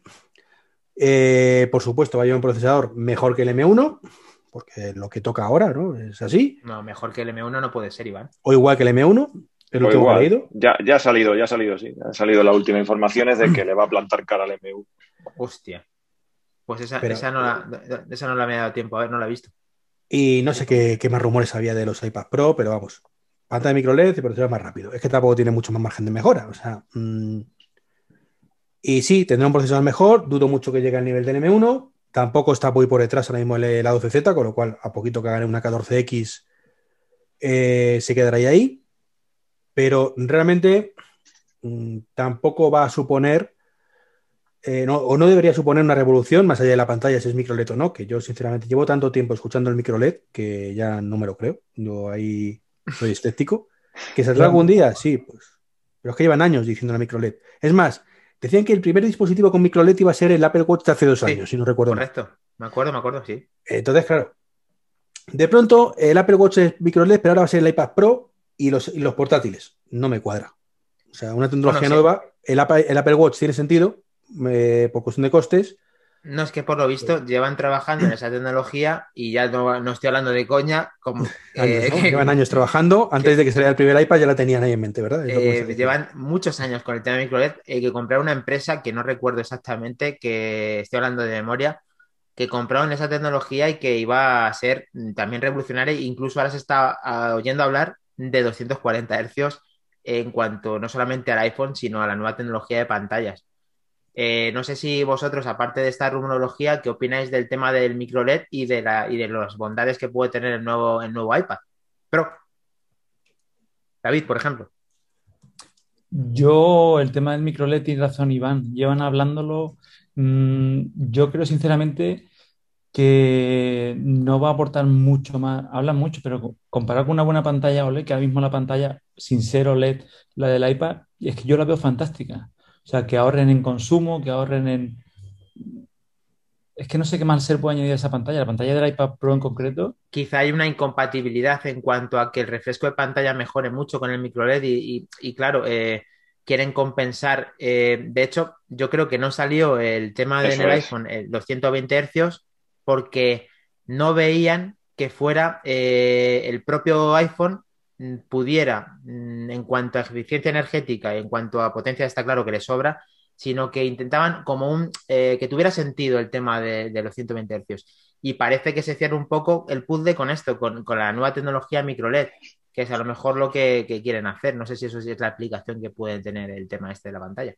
Eh, por supuesto va a llevar un procesador mejor que el M uno, porque lo que toca ahora, ¿no? Es así. No, mejor que el M uno no puede ser, Iván. O igual que el M uno. Es lo que hemos leído. Ya, ya ha salido, ya ha salido, sí. Ha salido la última información es de que le va a plantar cara al M uno. Hostia. Pues esa, pero, esa, no la, esa no la me ha dado tiempo, a ver, no la he visto. Y no sé qué, qué más rumores había de los iPad Pro, pero vamos. Pantalla micro L E D y procesador más rápido. Es que tampoco tiene mucho más margen de mejora. O sea. Mmm... Y sí, tendrá un procesador mejor. Dudo mucho que llegue al nivel del M uno. Tampoco está muy por detrás ahora mismo el A doce Z, con lo cual, a poquito que hagan una catorce X, eh, se quedará ahí. Pero realmente mmm, tampoco va a suponer, eh, no, o no debería suponer una revolución más allá de la pantalla, si es micro L E D o no, que yo sinceramente llevo tanto tiempo escuchando el micro L E D que ya no me lo creo. Yo ahí soy escéptico. ¿Que saldrá algún día? Sí, pues. Pero es que llevan años diciendo la micro L E D. Es más, decían que el primer dispositivo con micro L E D iba a ser el Apple Watch de hace dos sí, años, si no recuerdo mal. Correcto, me acuerdo, me acuerdo, sí. Entonces, claro, de pronto el Apple Watch es micro L E D, pero ahora va a ser el iPad Pro y los, y los portátiles. No me cuadra. O sea, una tecnología bueno, sí. nueva, el Apple, el Apple Watch tiene sentido, eh, por cuestión de costes. No, es que por lo visto sí. llevan trabajando en esa tecnología y ya no, no estoy hablando de coña. Como, años, ¿no? que, llevan años trabajando, antes que, de que saliera el primer iPad ya la tenían ahí en mente, ¿verdad? Eh, llevan muchos años con el tema de micro L E D, eh, que compraron una empresa que no recuerdo exactamente, que estoy hablando de memoria, que compraron esa tecnología y que iba a ser también revolucionaria, e incluso ahora se está uh, oyendo hablar de doscientos cuarenta hercios en cuanto no solamente al iPhone, sino a la nueva tecnología de pantallas. Eh, no sé si vosotros, aparte de esta rumorología, ¿qué opináis del tema del micro L E D y de, la, y de las bondades que puede tener el nuevo, el nuevo iPad Pro? David, por ejemplo. Yo, el tema del micro L E D, tiene razón, Iván. Llevan hablándolo. Mmm, yo creo sinceramente que no va a aportar mucho más. Hablan mucho, pero comparado con una buena pantalla O L E D, que ahora mismo la pantalla sin ser O L E D, la del iPad, es que yo la veo fantástica. O sea, que ahorren en consumo, que ahorren en... Es que no sé qué más se puede añadir a esa pantalla. La pantalla del iPad Pro en concreto. Quizá hay una incompatibilidad en cuanto a que el refresco de pantalla mejore mucho con el micro L E D y, y, y claro, eh, quieren compensar. Eh, de hecho, yo creo que no salió el tema de en Eso el es. iPhone, eh, los ciento veinte hercios, porque no veían que fuera eh, el propio iPhone mm, pudiera, mm, en cuanto a eficiencia energética y en cuanto a potencia, está claro que le sobra, sino que intentaban como un eh, que tuviera sentido el tema de, de los ciento veinte hercios. Y parece que se cierra un poco el puzzle con esto, con, con la nueva tecnología micro L E D, que es a lo mejor lo que, que quieren hacer. No sé si eso es la aplicación que puede tener el tema este de la pantalla.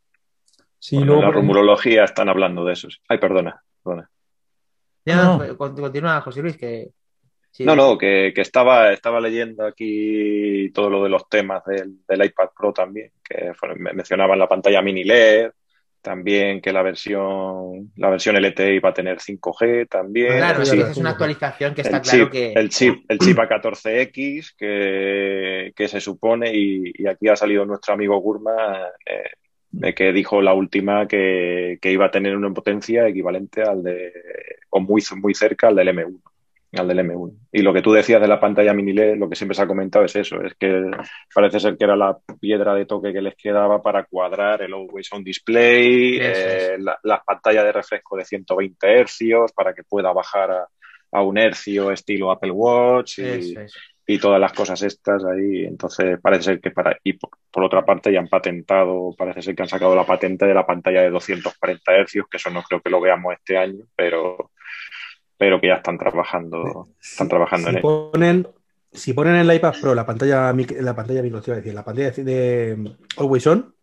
Sí, Bueno, en luego la por ejemplo- rumorología están hablando de eso. Ay, perdona, perdona. Ya, No, no, no. con- Continúa, José Luis, que sí. No, no, que, que estaba, estaba leyendo aquí todo lo de los temas del, del iPad Pro también, que fueron- me- mencionaban la pantalla mini L E D, también que la versión, la versión L T E iba a tener cinco G también, Ah, el Claro, sí, es que verdad, esa chip, es una cinco G. actualización que el está claro chip, que... el chip, el chip A catorce X que, que se supone, y, y aquí ha salido nuestro amigo Gurman, eh, de que dijo la última que, que iba a tener una potencia equivalente al de, o muy, muy cerca al del M uno, al del M uno. Y lo que tú decías de la pantalla mini L E D, lo que siempre se ha comentado es eso, es que parece ser que era la piedra de toque que les quedaba para cuadrar el Always On Display, Eso es. eh, la, la pantalla de refresco de ciento veinte hercios para que pueda bajar a, a un hercio estilo Apple Watch y, Eso es. y todas las cosas estas ahí. Entonces parece ser que para... Y por, por otra parte ya han patentado, parece ser que han sacado la patente de la pantalla de doscientos cuarenta hercios, que eso no creo que lo veamos este año, pero pero que ya están trabajando, están Si, trabajando si en ello. ponen, si ponen en el iPad Pro la pantalla, mic- la pantalla micro, te iba a decir, la pantalla de, de Always On,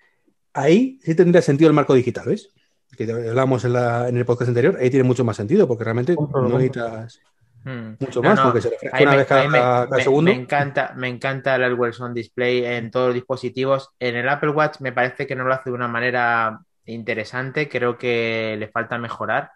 ahí sí tendría sentido el marco digital, ¿ves? Que hablamos en, la, en el podcast anterior, ahí tiene mucho más sentido, porque realmente Compro, lo no compro. necesitas Hmm. mucho No, más, con no, que se refresque ahí una me, vez cada, ahí me, cada me, segundo. me encanta, me encanta el Always On Display en todos los dispositivos. En el Apple Watch me parece que no lo hace de una manera interesante, creo que le falta mejorar,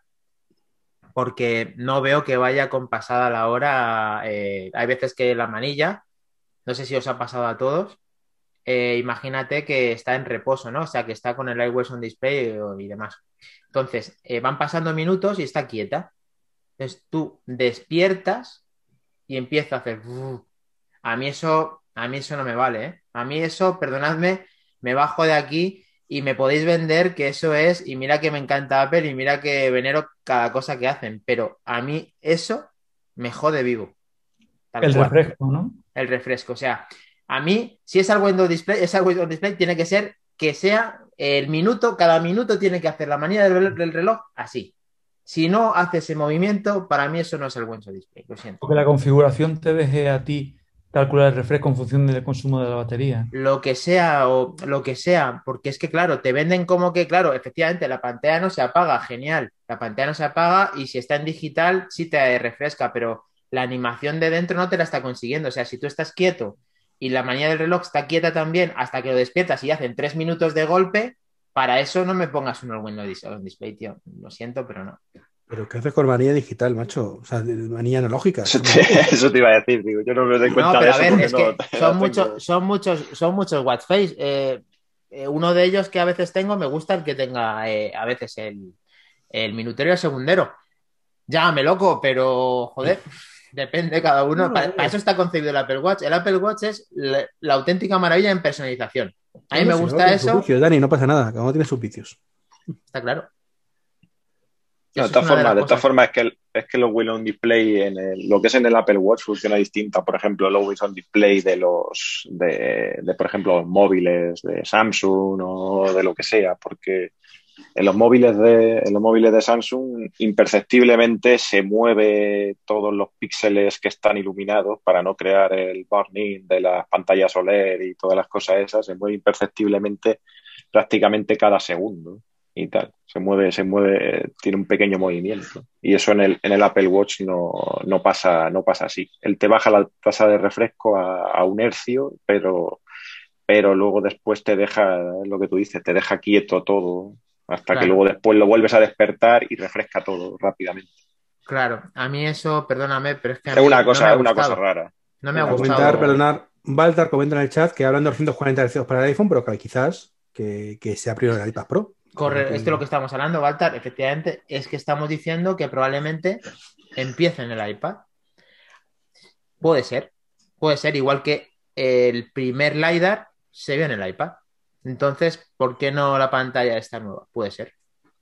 porque no veo que vaya compasada la hora. Eh, hay veces que la manilla, no sé si os ha pasado a todos, eh, imagínate que está en reposo, ¿no? O sea, que está con el Always On Display y demás. Entonces, eh, van pasando minutos y está quieta. Entonces tú despiertas y empieza a hacer... "Uf". A mí eso, a mí eso no me vale, ¿eh? A mí eso, perdonadme, me bajo de aquí y me podéis vender que eso es, y mira que me encanta Apple y mira que venero cada cosa que hacen, pero a mí eso me jode vivo, tal El cual, refresco, ¿no? el refresco. O sea, a mí, si es algo en display, es algo en display, tiene que ser que sea el minuto, cada minuto tiene que hacer la manía del, del reloj así. Si no hace ese movimiento, para mí eso no es el buen display, lo siento. Porque la configuración te deje a ti calcular el refresco en función del consumo de la batería. Lo que sea o lo que sea, porque es que, claro, te venden como que, claro, efectivamente, la pantalla no se apaga, genial, la pantalla no se apaga y si está en digital sí te refresca, pero la animación de dentro no te la está consiguiendo. O sea, si tú estás quieto y la manía del reloj está quieta también hasta que lo despiertas y hacen tres minutos de golpe, para eso no me pongas un Always On Display, tío. Lo siento, pero no. Pero ¿qué haces con manilla digital, macho? O sea, de- manilla analógica. Eso Somos te, locos. eso te iba a decir, digo, yo no me doy No, cuenta de pero a eso ver, porque es no que la son tengo. muchos, son muchos, son muchos watch face. Eh, eh, uno de ellos que a veces tengo, me gusta el que tenga eh, a veces el, el minutero y el segundero. Llámame loco, pero joder, depende de cada uno. No, Para, para eso está concebido el Apple Watch. El Apple Watch es la, la auténtica maravilla en personalización. A mí no, me si no gusta tiene sus eso, vicios, Dani, no pasa nada, cada uno tiene sus vicios. está claro. No, de Eso es todas una de las formas, de todas cosas. formas es que, el- es que los Always On Display en el- lo que es en el Apple Watch funciona distinta, por ejemplo, el Always On Display de los de, de, por ejemplo, los móviles de Samsung o de lo que sea, porque en los móviles de, en los móviles de Samsung imperceptiblemente se mueve todos los píxeles que están iluminados para no crear el burn-in de las pantallas O L E D y todas las cosas esas, se mueve imperceptiblemente prácticamente cada segundo y tal. Se mueve, se mueve, tiene un pequeño movimiento. Y eso en el, en el Apple Watch no, no pasa, no pasa así. Él te baja la tasa de refresco a, a un hercio, pero, pero luego después te deja, lo que tú dices, te deja quieto todo hasta que Claro, luego después lo vuelves a despertar y refresca todo rápidamente. claro. A mí eso, perdóname, pero es que a Es mí una no me cosa, ha es una cosa gustado. rara. No me Es ha una cosa Comentar, gustado. rara. perdonar, Baltar comenta en el chat que hablan de doscientos cuarenta Hz para el iPhone, pero que quizás que, que sea primero el iPad Pro. Corre, Que- esto es lo que estamos hablando, Walter. Efectivamente, es que estamos diciendo que probablemente empiece en el iPad. Puede ser, puede ser, igual que el primer LiDAR se vio en el iPad. Entonces, ¿por qué no la pantalla esta nueva? Puede ser.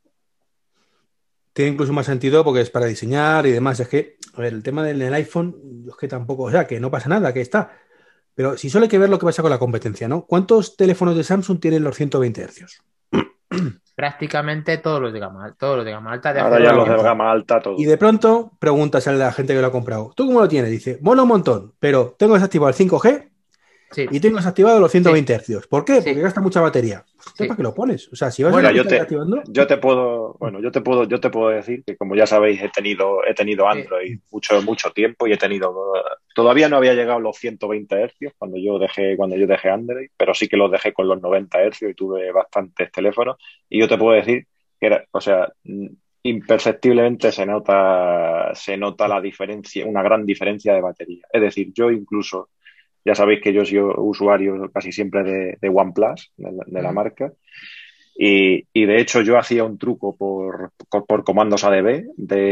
Tiene incluso más sentido porque es para diseñar y demás. Es que, a ver, el tema del el iPhone, es que tampoco, o sea, que no pasa nada, que está. Pero si solo hay que ver lo que pasa con la competencia, ¿no? ¿Cuántos teléfonos de Samsung tienen los ciento veinte hercios? Prácticamente todos los de gama alta, todos los de gama alta de Ahora hace ya dos los de años. gama alta, todo. Y de pronto preguntas a la gente que lo ha comprado, ¿tú cómo lo tienes? Dice, mola un montón, pero tengo desactivado el cinco G Sí, y tengo desactivado los ciento veinte hercios. ¿Por qué? Sí. Porque gasta mucha batería. Entonces, Sí. ¿para qué lo pones? O sea, si vas Bueno, a yo estar te, activando, yo te puedo, bueno, yo te puedo, yo te puedo decir que como ya sabéis, he tenido, he tenido Android mucho, mucho tiempo y he tenido, todavía no había llegado a los ciento veinte hercios cuando yo dejé, cuando yo dejé Android, pero sí que los dejé con los noventa hercios y tuve bastantes teléfonos. Y yo te puedo decir que era, o sea, imperceptiblemente se nota, se nota la diferencia, una gran diferencia de batería. Es decir, yo incluso, ya sabéis que yo soy usuario casi siempre de, de OnePlus, de la, de la Mm. marca, y, y de hecho yo hacía un truco por, por, por comandos A D B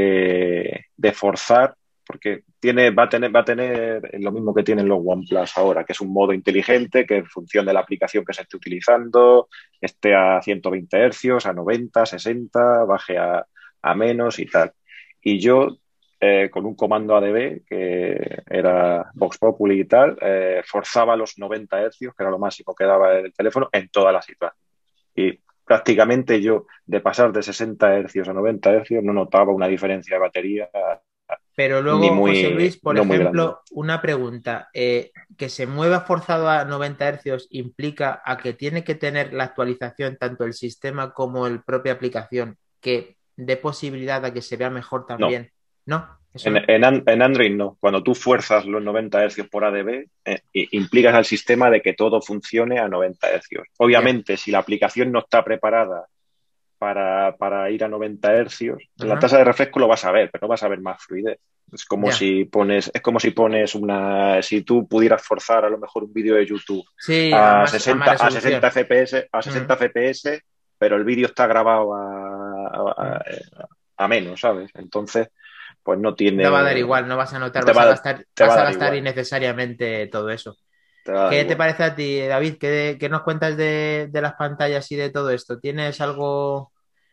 de, de forzar, porque tiene, va, a tener, va a tener lo mismo que tienen los OnePlus ahora, que es un modo inteligente que en función de la aplicación que se esté utilizando esté a ciento veinte hercios, a noventa, sesenta, baje a, a menos y tal. Y yo Eh, con un comando A D B que era Vox Populi y tal, eh, forzaba los noventa hercios, que era lo máximo que daba el teléfono, en todas las situaciones. Y prácticamente yo, de pasar de sesenta hercios a noventa hercios, no notaba una diferencia de batería Pero ni luego, muy, José Luis, por no muy ejemplo, grande. una pregunta. Eh, ¿que se mueva forzado a noventa hercios implica a que tiene que tener la actualización tanto el sistema como el propia aplicación que dé posibilidad a que se vea mejor también? No, eso En, no. en, en Android no. Cuando tú fuerzas los noventa hercios por A D B, eh, implicas al sistema de que todo funcione a noventa hercios. Obviamente, yeah. si la aplicación no está preparada para, para ir a noventa hercios, uh-huh. la tasa de refresco lo vas a ver, pero no vas a ver más fluidez. Es como yeah. si pones, es como si pones una, si tú pudieras forzar a lo mejor un vídeo de YouTube sí, a, a, más, sesenta, a, a sesenta F P S, a sesenta uh-huh. F P S, pero el vídeo está grabado a, a, a, a menos, ¿sabes? Entonces, pues no tiene. No va a dar igual, no vas a notar, vas a, a gastar, vas a, a gastar igual. innecesariamente todo eso. Te ¿Qué igual. te parece a ti, David? ¿Qué, qué nos cuentas de, de las pantallas y de todo esto? ¿Tienes algo?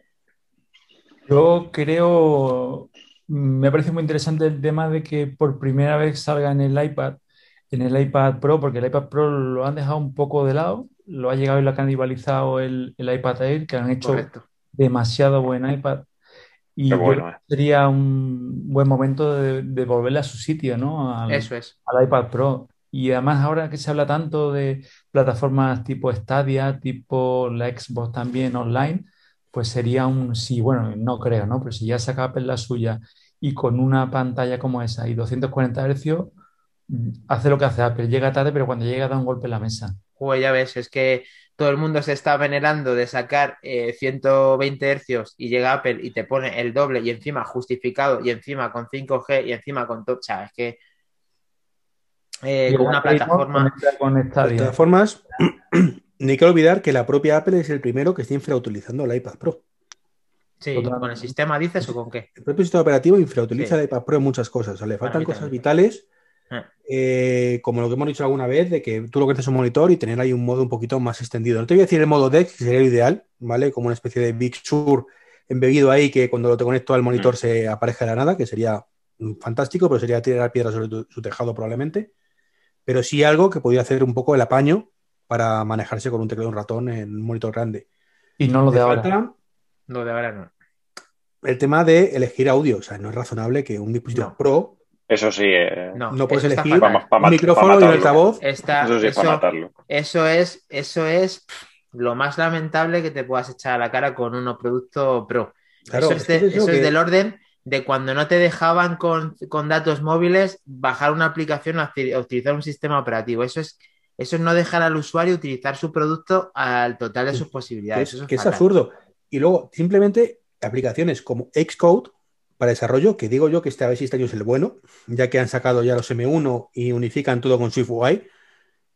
Yo creo, me parece muy interesante el tema de que por primera vez salga en el iPad, en el iPad Pro, porque el iPad Pro lo han dejado un poco de lado, lo ha llegado y lo ha canibalizado el, el iPad Air, que han hecho Correcto. demasiado buen iPad. Y Qué yo bueno, creo eh. que sería un buen momento de, de volverle a su sitio, ¿no? Al, Eso es. al iPad Pro. Y además ahora que se habla tanto de plataformas tipo Stadia, tipo la Xbox también online, pues sería un, sí, bueno, no creo, ¿no? Pero si ya saca Apple la suya y con una pantalla como esa y doscientos cuarenta hercios, hace lo que hace Apple. Llega tarde, pero cuando llega da un golpe en la mesa. Pues ya ves, es que todo el mundo se está venerando de sacar eh, ciento veinte hercios y llega Apple y te pone el doble y encima justificado y encima con cinco G y encima con todo. O sea, es que eh, con una plataforma. Con de todas formas, no hay que olvidar que la propia Apple es el primero que está infrautilizando el iPad Pro. Sí, Totalmente. ¿Con el sistema dices o con qué? El propio sistema operativo infrautiliza sí. el iPad Pro en muchas cosas. O sea, le faltan bueno, cosas también. vitales. Eh, como lo que hemos dicho alguna vez, de que tú lo que haces es un monitor y tener ahí un modo un poquito más extendido. No te voy a decir el modo D E X, que sería lo ideal, ¿vale? Como una especie de Big Sur embebido ahí que cuando lo te conecto al monitor se aparezca de la nada, que sería fantástico, pero sería tirar piedras sobre tu, su tejado probablemente. Pero sí algo que podría hacer un poco el apaño para manejarse con un teclado y un ratón en un monitor grande. Y no lo de ahora. Falta lo de ahora no. El tema de elegir audio. O sea, no es razonable que un dispositivo no. Pro Eso sí, eh, no, no puedes elegir pa, pa, un micrófono y un altavoz. Está, eso sí, eso, para matarlo. Eso es, eso es lo más lamentable que te puedas echar a la cara con unos productos Pro. Claro, eso es, de, es, eso eso que... es del orden de cuando no te dejaban con, con datos móviles bajar una aplicación o utilizar un sistema operativo. Eso es, eso es no dejar al usuario utilizar su producto al total de sus posibilidades. Es, eso es, que es absurdo. Y luego, simplemente, aplicaciones como Xcode para desarrollo, que digo yo que este a ver si este año es el bueno, ya que han sacado ya los eme uno y unifican todo con SwiftUI,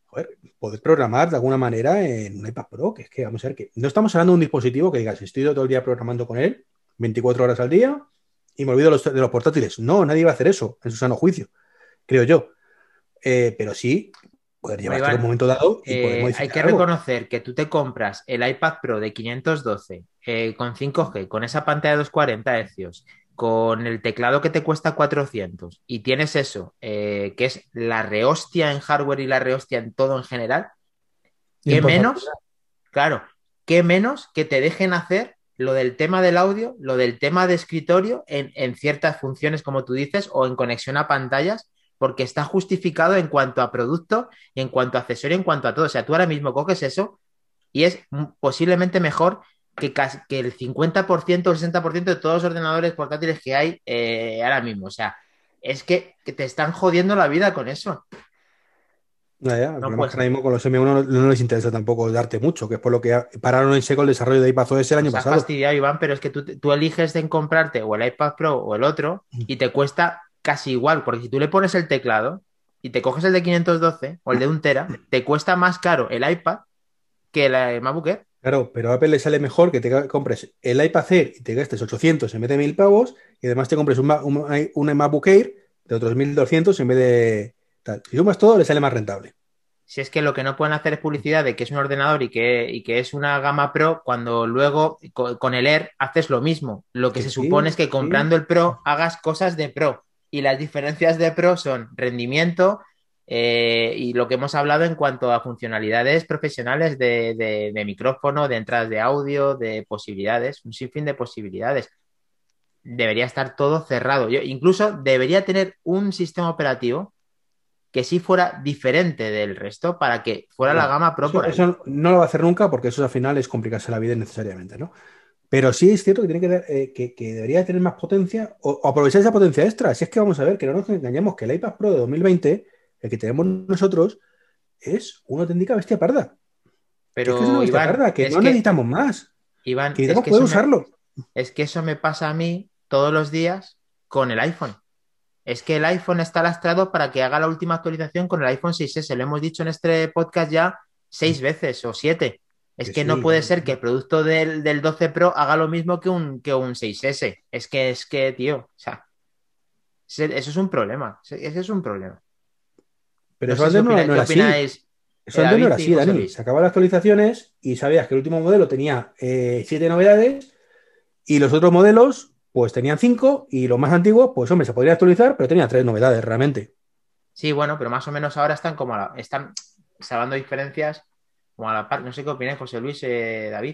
joder, poder programar de alguna manera en un iPad Pro, que es que vamos a ver que no estamos hablando de un dispositivo que digas, estoy todo el día programando con él, veinticuatro horas al día, y me olvido de los, de los portátiles. No, nadie va a hacer eso en su sano juicio, creo yo. Eh, pero sí poder llevar hasta un momento dado y poder eh, modificar hay que algo. reconocer que tú te compras el iPad Pro de quinientos doce eh, con cinco G, con esa pantalla de doscientos cuarenta hercios, con el teclado que te cuesta cuatrocientos y tienes eso, eh, que es la rehostia en hardware y la rehostia en todo en general, ¿qué menos? Claro, ¿qué menos que te dejen hacer lo del tema del audio, lo del tema de escritorio en, en ciertas funciones, como tú dices, o en conexión a pantallas? Porque está justificado en cuanto a producto y en cuanto a accesorio, en cuanto a todo. O sea, tú ahora mismo coges eso y es posiblemente mejor que, casi, que el cincuenta por ciento o el sesenta por ciento de todos los ordenadores portátiles que hay eh, ahora mismo. O sea, es que, que te están jodiendo la vida con eso. Ya, ya. El No problema puede es que ahora ser. mismo con los M uno no, no les interesa tampoco darte mucho, que es por lo que pararon en seco el desarrollo de iPadOS el año Nos ha pasado. fastidiado, Iván, pero es que tú, tú eliges en comprarte o el iPad Pro o el otro y te cuesta casi igual, porque si tú le pones el teclado y te coges el de quinientos doce o el de un tera, te cuesta más caro el iPad que el MacBook Air. Claro, pero a Apple le sale mejor que te compres el iPad Air y te gastes ochocientos en vez de mil pavos y además te compres un, Ma- un, un MacBook Air de otros mil doscientos en vez de tal. Si sumas todo, le sale más rentable. Si es que lo que no pueden hacer es publicidad de que es un ordenador y que, y que es una gama Pro, cuando luego co- con el Air haces lo mismo. Lo que Que se sí, supone es que sí. comprando el Pro hagas cosas de Pro. Y las diferencias de Pro son rendimiento eh, y lo que hemos hablado en cuanto a funcionalidades profesionales de, de- de micrófono, de entradas de audio, de posibilidades, un sinfín de posibilidades. Debería estar todo cerrado. Yo, incluso debería tener un sistema operativo que sí fuera diferente del resto para que fuera la No, gama Pro eso, por ahí. eso no lo va a hacer nunca porque eso al final es complicarse la vida innecesariamente, ¿no? Pero sí es cierto que tiene que, dar- eh, que, que debería tener más potencia o, o aprovechar esa potencia extra. Si es que vamos a ver, que no nos engañemos, que el iPad Pro de dos mil veinte, el que tenemos nosotros, es una auténtica bestia parda. Que es que es una Pero bestia Iván, parda, que es no que, necesitamos más. Iván, Que es necesitamos que poder eso me, usarlo. es que eso me pasa a mí todos los días con el iPhone. Es que el iPhone está lastrado para que haga la última actualización con el iPhone seis ese. Lo hemos dicho en este podcast ya seis veces o siete. Es Que que no sí. puede ser que el producto del, del doce Pro haga lo mismo que un, que un seis ese. Es que, es que, tío, o sea, ese- eso es un problema. Ese ese es un problema. Pero No eso sé si antes no, opina, no qué era así. opináis eh, Eso antes no David era y así, José Dani. Luis. Se acababan las actualizaciones y sabías que el último modelo tenía eh, siete novedades y los otros modelos pues tenían cinco y los más antiguos, pues hombre, se podría actualizar, pero tenía tres novedades realmente. Sí, bueno, pero más o menos ahora están como a la, están salvando diferencias como a la par. No sé qué opináis, José Luis, eh, David.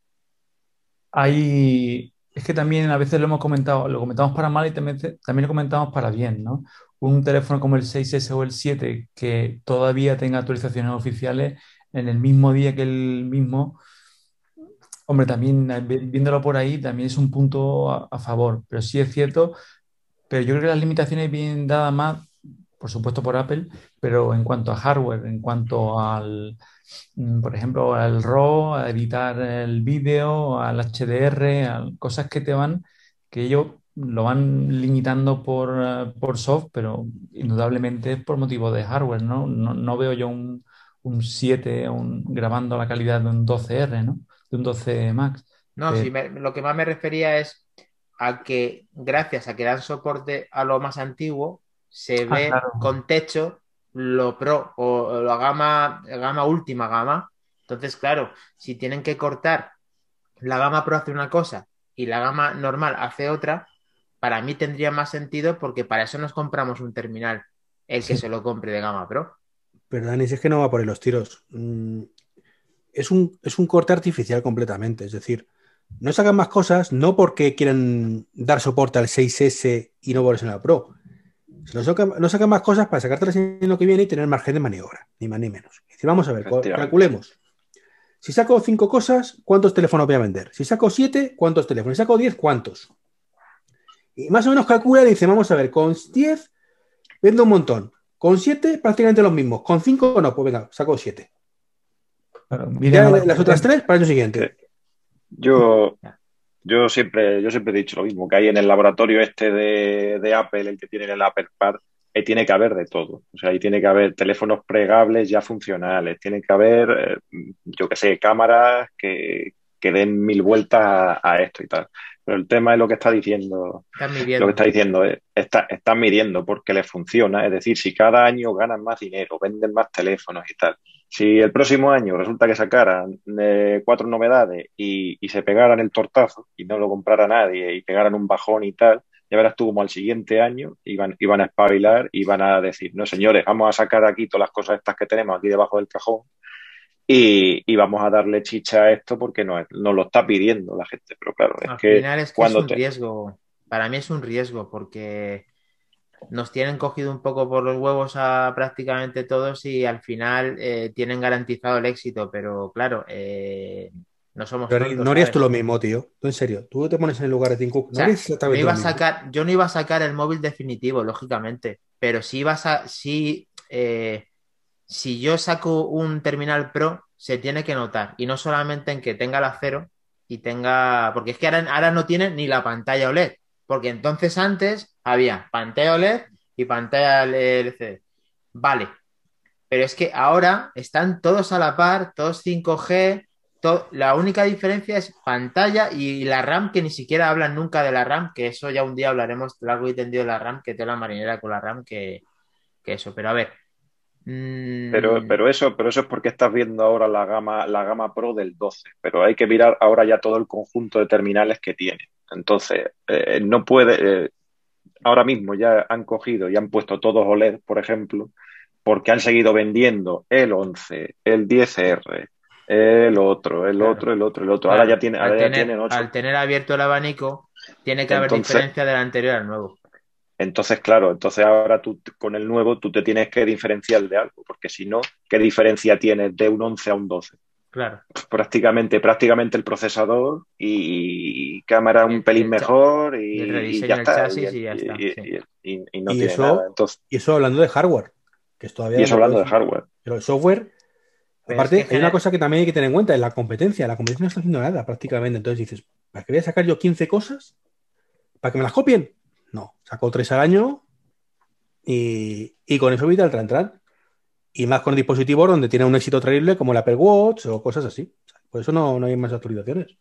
Hay, es que también a veces lo hemos comentado, lo comentamos para mal y también, también lo comentamos para bien, ¿no? Un teléfono como el seis ese o el siete que todavía tenga actualizaciones oficiales en el mismo día que el mismo, hombre, también eh, vi- viéndolo por ahí también es un punto a, a favor, pero sí es cierto, pero yo creo que las limitaciones vienen dadas más, por supuesto, por Apple, pero en cuanto a hardware, en cuanto al, mm, por ejemplo, al RAW, a editar el vídeo, al H D R, a cosas que te van, que ellos lo van limitando por, eh, por soft, pero indudablemente es por motivo de hardware, ¿no? No, no veo yo un, un siete un, grabando a la calidad de un doce R, ¿no? De un doce Max. No, sí, Pero, me- lo que más me refería es a que gracias a que dan soporte a lo más antiguo, se ah, ve claro. con techo lo pro o la gama, gama última gama. Entonces, claro, si tienen que cortar, la gama pro hace una cosa y la gama normal hace otra, para mí tendría más sentido porque para eso nos compramos un terminal, el que Sí. se lo compre de gama pro. Pero Dani, si es que no va por ahí los tiros. Mm, es un, es un corte artificial completamente. Es decir, no sacan más cosas, no porque quieran dar soporte al seis ese y no por eso en la Pro. No sacan, no sacan más cosas para sacártelas en lo que viene y tener margen de maniobra, ni más ni menos. Es decir, vamos a ver, Efectivamente. calculemos. Si saco cinco cosas, ¿cuántos teléfonos voy a vender? Si saco siete, ¿cuántos teléfonos? Si saco diez, ¿cuántos? Y más o menos calcula y dice, vamos a ver, con diez vendo un montón. Con siete, prácticamente los mismos. Con cinco, no, pues venga, saco siete. Claro, Ya miran a la las otras tres para el año siguiente. Sí. Yo, yo siempre, yo siempre he dicho lo mismo, que hay en el laboratorio este de, de Apple, el que tiene el Apple Park, ahí tiene que haber de todo. O sea, ahí tiene que haber teléfonos plegables ya funcionales, tiene que haber, eh, yo qué sé, cámaras que, que den mil vueltas a, a esto y tal. Pero el tema es lo que está diciendo, Están lo que midiendo. está diciendo es, está, están midiendo porque les funciona. Es decir, si cada año ganan más dinero, venden más teléfonos y tal. Si el próximo año resulta que sacaran eh, cuatro novedades y, y se pegaran el tortazo y no lo comprara nadie y pegaran un bajón y tal, ya verás tú como al siguiente año iban, iban a espabilar y van a decir, no señores, vamos a sacar aquí todas las cosas estas que tenemos aquí debajo del cajón y, y vamos a darle chicha a esto porque nos, nos lo está pidiendo la gente. Pero claro, es Al que final es que es cuando un te... riesgo. Para mí es un riesgo porque nos tienen cogido un poco por los huevos a prácticamente todos y al final eh, tienen garantizado el éxito, pero claro, eh, no somos Pero tontos, no harías tú ¿sabes? lo mismo, tío. Tú en serio, tú te pones en el lugar de Tim Cook, O no harías sea, no exactamente iba lo a mismo. sacar, yo no iba a sacar el móvil definitivo, lógicamente, pero si ibas a, si, eh, si yo saco un terminal Pro, se tiene que notar. Y no solamente en que tenga la cero y tenga. Porque es que ahora, ahora no tiene ni la pantalla O L E D. Porque entonces antes había pantalla O L E D y pantalla L C D. Vale. Pero es que ahora están todos a la par, todos cinco G. To- la única diferencia es pantalla y la RAM, que ni siquiera hablan nunca de la RAM, que eso ya un día hablaremos largo y tendido de la RAM, que tela marinera con la RAM, que, que eso. Pero a ver. Pero, Mm, pero eso, pero eso es porque estás viendo ahora la gama, la gama Pro del doce, pero hay que mirar ahora ya todo el conjunto de terminales que tiene. Entonces, eh, no puede, eh, ahora mismo ya han cogido y han puesto todos O L E D, por ejemplo, porque han seguido vendiendo el once, el diez R, el otro, el claro, otro, el otro, el otro. Ahora ya claro. tiene, Al ahora ya tienen tener, ocho. al tener abierto el abanico, tiene que haber Entonces, diferencia del anterior al nuevo. entonces, claro, entonces ahora tú con el nuevo tú te tienes que diferenciar de algo, porque si no, ¿qué diferencia tienes de un once a un doce? Claro. Prácticamente, prácticamente el procesador y, y cámara Y un el, y pelín el, cha- mejor y el y, y ya rediseño del está. Y, chasis y ya está. Sí. y- y- y- y no Y tiene nada. eso, Entonces, y eso hablando de hardware, que es todavía y eso donde puedes. hablando de hardware. Pero el software, Pero es que en aparte, hay una general, cosa que también hay que tener en cuenta, es la competencia. La competencia no está haciendo nada prácticamente. Entonces dices, ¿para qué voy a sacar yo quince cosas? ¿Para que me las copien? No, saco tres al año y, y con eso evita el tran tran. Y más con dispositivos donde tiene un éxito terrible como el Apple Watch o cosas así. Por eso no, no hay más actualizaciones.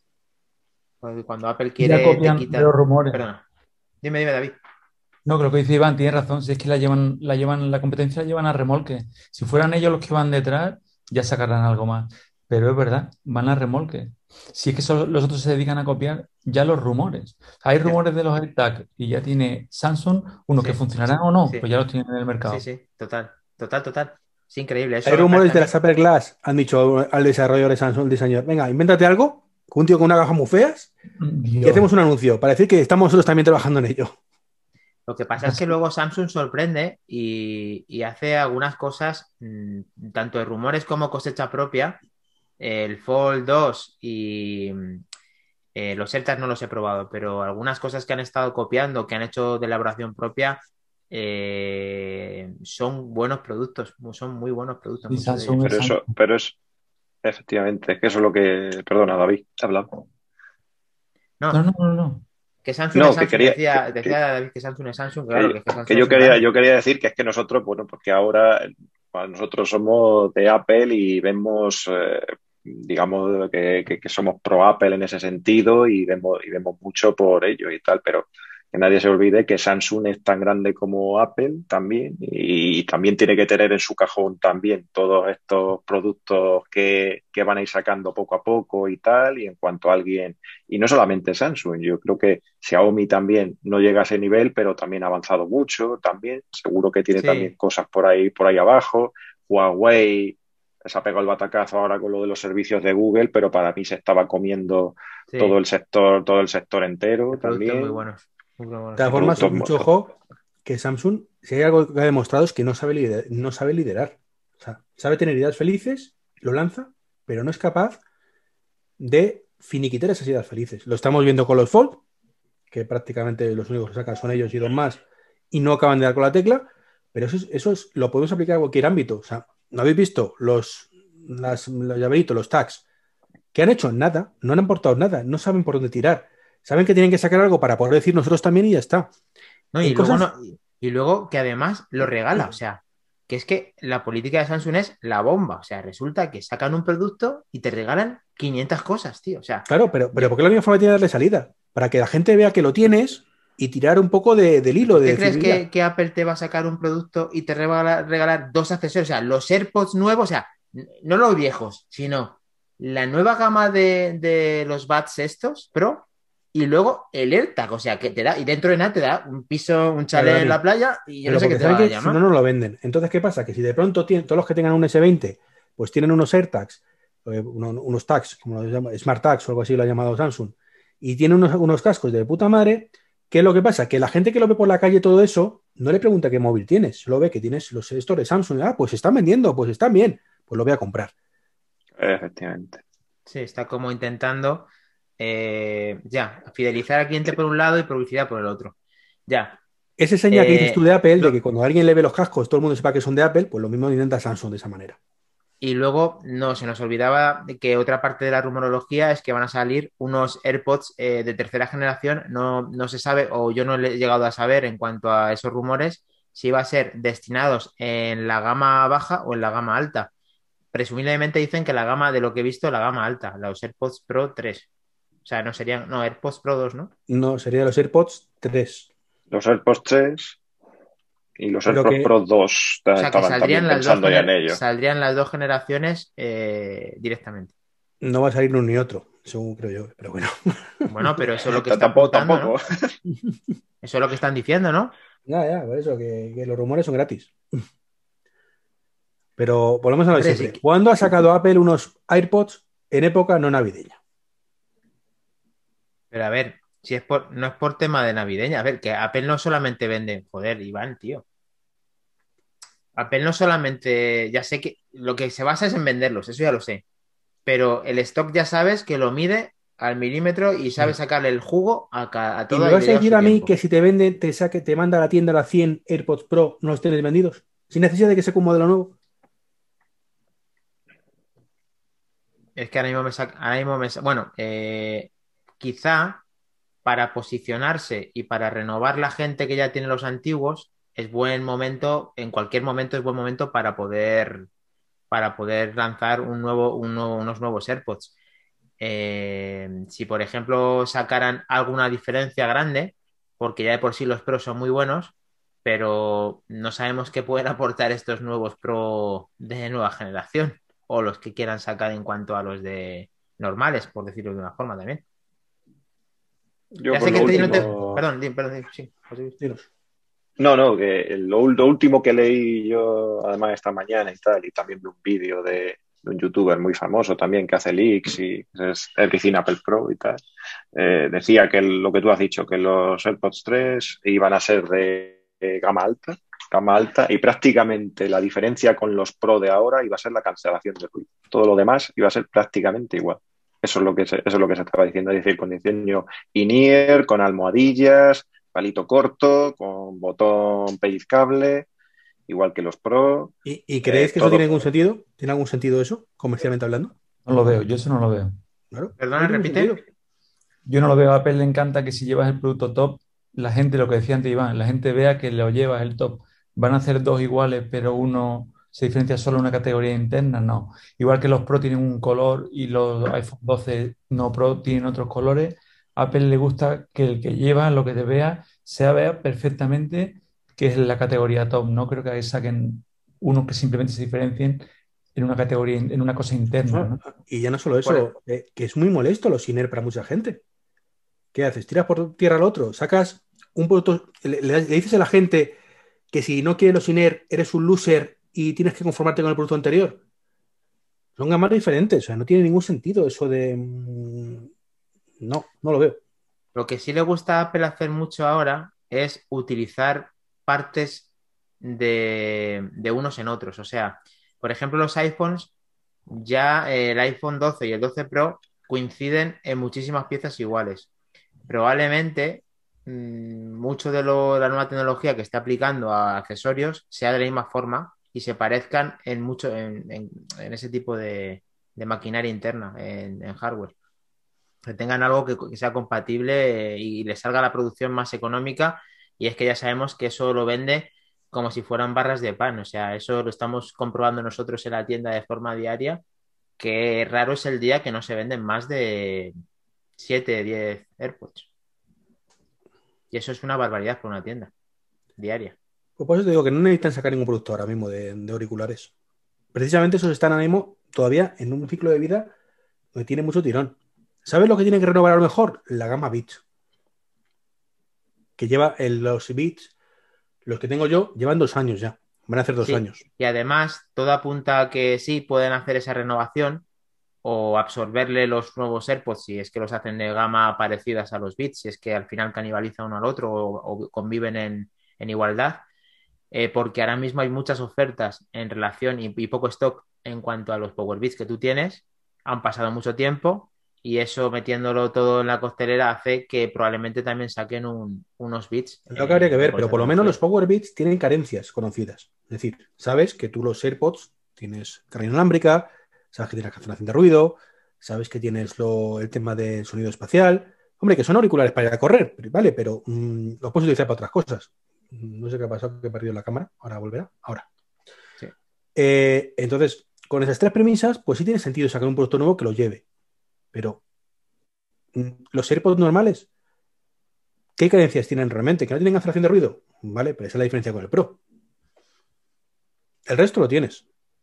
cuando Apple Ya quiere, te copian de los quita. rumores. Perdona. Dime, dime, David. No, creo que dice Iván, tiene razón. Si es que la llevan, la llevan, la competencia la llevan a remolque. Si fueran ellos los que van detrás, ya sacarán algo más. Pero es verdad, van a remolque. Si es que solo los otros se dedican a copiar ya los rumores. Hay Ya. rumores de los AirTag y ya tiene Samsung, uno que Sí, funcionarán o no, sí, pues ya los tienen en el sí, mercado. sí. Total, total, total. Es increíble. Hay Eso me parece rumores a de las mí. Apple Glass. Han dicho al desarrollador de Samsung, el diseñador, venga, invéntate algo, un tío con una caja muy feas y Dios. hacemos un anuncio para decir que estamos nosotros también trabajando en ello. Lo que pasa es que luego Samsung sorprende y, y hace algunas cosas, mmm, tanto de rumores como cosecha propia. El Fold dos y eh, los AirTags no los he probado, pero algunas cosas que han estado copiando, que han hecho de elaboración propia, eh, son buenos productos, son muy buenos productos, Y muchos de ellos. Samsung es Pero eso, Samsung. pero es, efectivamente, es que eso es lo que, perdona, David, habla. No, No, no, no, no. que Samsung es No, que Samsung, quería, que, decía, que- decía David que Samsung es Samsung, que claro, yo, que es que que Samsung yo es un quería, grande. yo quería decir que es que nosotros, bueno, porque ahora bueno, nosotros somos de Apple y vemos, eh, digamos, que, que- que somos pro Apple en ese sentido y vemos, y vemos mucho por ello y tal, pero que nadie se olvide que Samsung es tan grande como Apple también y, también tiene que tener en su cajón también todos estos productos que, que van a ir sacando poco a poco y tal, y en cuanto a alguien, y no solamente Samsung, yo creo que Xiaomi también no llega a ese nivel, pero también ha avanzado mucho, también, seguro que tiene también Sí, cosas por ahí, por ahí abajo. Huawei se ha pegado el batacazo ahora con lo de los servicios de Google, pero para mí se estaba comiendo todo sí, el sector, todo el sector de entero productos muy también, buenos, muy De buenos, todas sí. formas, productos. mucho ojo que Samsung, si hay algo que ha demostrado es que no sabe liderar, no sabe liderar. O sea, sabe tener ideas felices, lo lanza, pero no es capaz de finiquitar esas ideas felices. Lo estamos viendo con los Fold, que prácticamente los únicos que sacan son ellos y dos más, y no acaban de dar con la tecla, pero eso, es, eso es, lo podemos aplicar a cualquier ámbito. O sea, ¿no habéis visto los, las, los llaveritos, los tags? ¿Qué han hecho? Nada, no han aportado nada, no saben por dónde tirar. Saben que tienen que sacar algo para poder decir nosotros también y ya está. No, En y luego cosas, no, y luego que además lo regala, o sea, que es que la política de Samsung es la bomba, o sea, resulta que sacan un producto y te regalan quinientas cosas, tío, o sea, Claro, pero, yo- pero ¿por qué la única forma tiene darle salida? Para que la gente vea que lo tienes y tirar un poco de, del hilo, ¿tú de te decir, crees que, mira, que Apple te va a sacar un producto y te regala- regalar dos accesorios? O sea, los AirPods nuevos, o sea, n- no los viejos, sino la nueva gama de, de los Buds estos, Pro, y luego el AirTag, o sea, que te da, y dentro de nada te da un piso, un claro, chalet en la Dani, playa, y yo no pero sé qué porque te saben va a que si no, llamar. no lo venden. Entonces, ¿qué pasa? Que si de pronto tienen, todos los que tengan un S veinte, pues tienen unos AirTags, eh, uno- unos tags, como lo llama, Smart Tags o algo así lo ha llamado Samsung, y tienen unos, unos cascos de puta madre, ¿qué es lo que pasa? Que la gente que lo ve por la calle todo eso, no le pregunta qué móvil tienes, solo ve que tienes los estos de Samsung. Ah, pues están vendiendo, pues están bien, pues lo voy a comprar. Efectivamente. Sí, está como intentando eh, ya, fidelizar al cliente por un lado y publicidad por el otro. Ya. Esa señal que dices tú Eh, de Apple, de que lo- cuando alguien le ve los cascos, todo el mundo sepa que son de Apple, pues lo mismo intenta Samsung de esa manera. y luego, no, se nos olvidaba de que otra parte de la rumorología es que van a salir unos AirPods eh, de tercera generación. No, no se sabe, o yo no he llegado a saber en cuanto a esos rumores, si va a ser destinados en la gama baja o en la gama alta. Presumiblemente dicen que la gama, de lo que he visto, la gama alta, los AirPods Pro tres. O sea, no serían, no, AirPods Pro dos, ¿no? No, serían los AirPods tres. Los AirPods tres y los Pero AirPods que, Pro dos O sea, que estaban también saldrían las dos, pensando ya en gener- ello. saldrían las dos generaciones eh, directamente. no va a salir ni uno ni otro, según creo yo, pero bueno. Bueno, pero eso es lo que T- está Tampoco, apuntando, tampoco. ¿no? Eso es lo que están diciendo, ¿no? Ya, ya, por eso, que, que los rumores son gratis. Pero volvemos a lo de Hombre, sí. siempre. ¿Cuándo ha sacado Apple unos AirPods en época no navideña? Pero a ver, si es por, no es por tema de navideña. A ver, que Apple no solamente vende. Joder, Iván, tío. Apple no solamente. Ya sé que lo que se basa es en venderlos, eso ya lo sé. Pero el stock ya sabes que lo mide al milímetro y sabe Sí. sacarle el jugo a, ca- a ¿Y todo me y le vas a lleva decir su a mí tiempo. que si te venden, te saque, te manda a la tienda a las cien AirPods Pro, no los tienes vendidos? Sin necesidad de que sea un modelo nuevo. Es que ahora mismo me saca. Ahora mismo me sa- Bueno, eh, quizá para posicionarse y para renovar la gente que ya tiene los antiguos, es buen momento, en cualquier momento es buen momento para poder, para poder lanzar un nuevo, un nuevo- unos nuevos AirPods. Eh, si, por ejemplo, sacaran alguna diferencia grande, porque ya de por sí los Pro son muy buenos, pero no sabemos qué pueden aportar estos nuevos Pro de nueva generación, o los que quieran sacar en cuanto a los de normales, por decirlo de una forma también. Yo Ya por sé lo que te, no te... último... Perdón, di- perdón, di- sí, José Luis. Dinos. No, no, que lo, lo último que leí yo, además esta mañana y tal, y también vi un vídeo de, de un youtuber muy famoso también que hace leaks y es Everything Apple Pro y tal, eh, decía que el- lo que tú has dicho, que los AirPods tres iban a ser de, de gama alta, gama alta, y prácticamente la diferencia con los Pro de ahora iba a ser la cancelación de ruido. Todo lo demás iba a ser prácticamente igual. Eso es lo que se, eso es lo que se estaba diciendo, es decir, con diseño in-ear, con almohadillas, palito corto, con botón pellizcable, igual que los Pro, ¿Y, y creéis eh, que eso tiene todo. algún sentido? ¿Tiene algún sentido eso, comercialmente hablando? No lo veo, yo eso no lo veo. Claro, no Perdona, tiene ningún repite. sentido. Yo no lo veo. A Apple le encanta que si llevas el producto top, la gente, lo que decía antes Iván, la gente vea que lo llevas el top. ¿Van a hacer dos iguales, pero uno se diferencia solo en una categoría interna? No. Igual que los Pro tienen un color y los iPhone doce no Pro tienen otros colores, a Apple le gusta que el que lleva, lo que te vea, sea vea perfectamente que es la categoría top. No creo que saquen uno que simplemente se diferencien en una categoría, en una cosa interna, Ah, ¿no? y ya no solo Por- eso, eh, que es muy molesto los iner para mucha gente. ¿Qué haces? ¿Tiras por tierra al otro? ¿Sacas un producto? Le, le- le dices a la gente que si no quieres los iner, eres un loser y tienes que conformarte con el producto anterior. Son gamas diferentes, o sea, no tiene ningún sentido eso de... mm, No, no lo veo. Lo que sí le gusta a Apple hacer mucho ahora es utilizar partes de, de unos en otros. O sea, por ejemplo, los iPhones, ya eh, el iPhone doce y el doce Pro coinciden en muchísimas piezas iguales. Probablemente mmm, mucho de lo, la nueva tecnología que está aplicando a accesorios sea de la misma forma y se parezcan en mucho en, en- en ese tipo de, de maquinaria interna, en, en hardware. Que tengan algo que, que sea compatible eh, y les salga la producción más económica Y es que ya sabemos que eso lo vende como si fueran barras de pan. O sea, eso lo estamos comprobando nosotros en la tienda de forma diaria, que raro es el día que no se venden más de siete, diez AirPods. Y eso es una barbaridad por una tienda diaria. Pues por eso te digo que no necesitan sacar ningún producto ahora mismo de, de auriculares. Precisamente esos están ahora mismo todavía en un ciclo de vida que tiene mucho tirón. ¿Sabes lo que tiene que renovar a lo mejor? La gama Beats. Que lleva el, los Beats, los que tengo yo, llevan dos años ya. Van a hacer dos Sí, años. y además todo apunta a que sí pueden hacer esa renovación o absorberle los nuevos AirPods si es que los hacen de gama parecidas a los Beats, si es que al final canibalizan uno al otro o, o conviven en, en igualdad, eh, porque ahora mismo hay muchas ofertas en relación y, y poco stock en cuanto a los Power Beats que tú tienes. Han pasado mucho tiempo y eso metiéndolo todo en la costelera hace que probablemente también saquen un, unos Beats. Es lo que habría que ver, eh, pero por lo menos los Power Beats tienen carencias conocidas. Es decir, sabes que tú los AirPods tienes carga inalámbrica, sabes que tienes cancelación de ruido, sabes que tienes lo, el tema del sonido espacial. Hombre, que son auriculares para ir a correr, ¿vale? Pero mmm, los puedes utilizar para otras cosas. No sé qué ha pasado, que he perdido la cámara. Ahora volverá. Ahora. Sí. Eh, entonces, con esas tres premisas, pues sí tiene sentido sacar un producto nuevo que lo lleve. Pero mmm, los AirPods normales, ¿qué carencias tienen realmente? ¿Que no tienen cancelación de ruido? Vale, pero esa es la diferencia con el Pro. El resto lo tienes.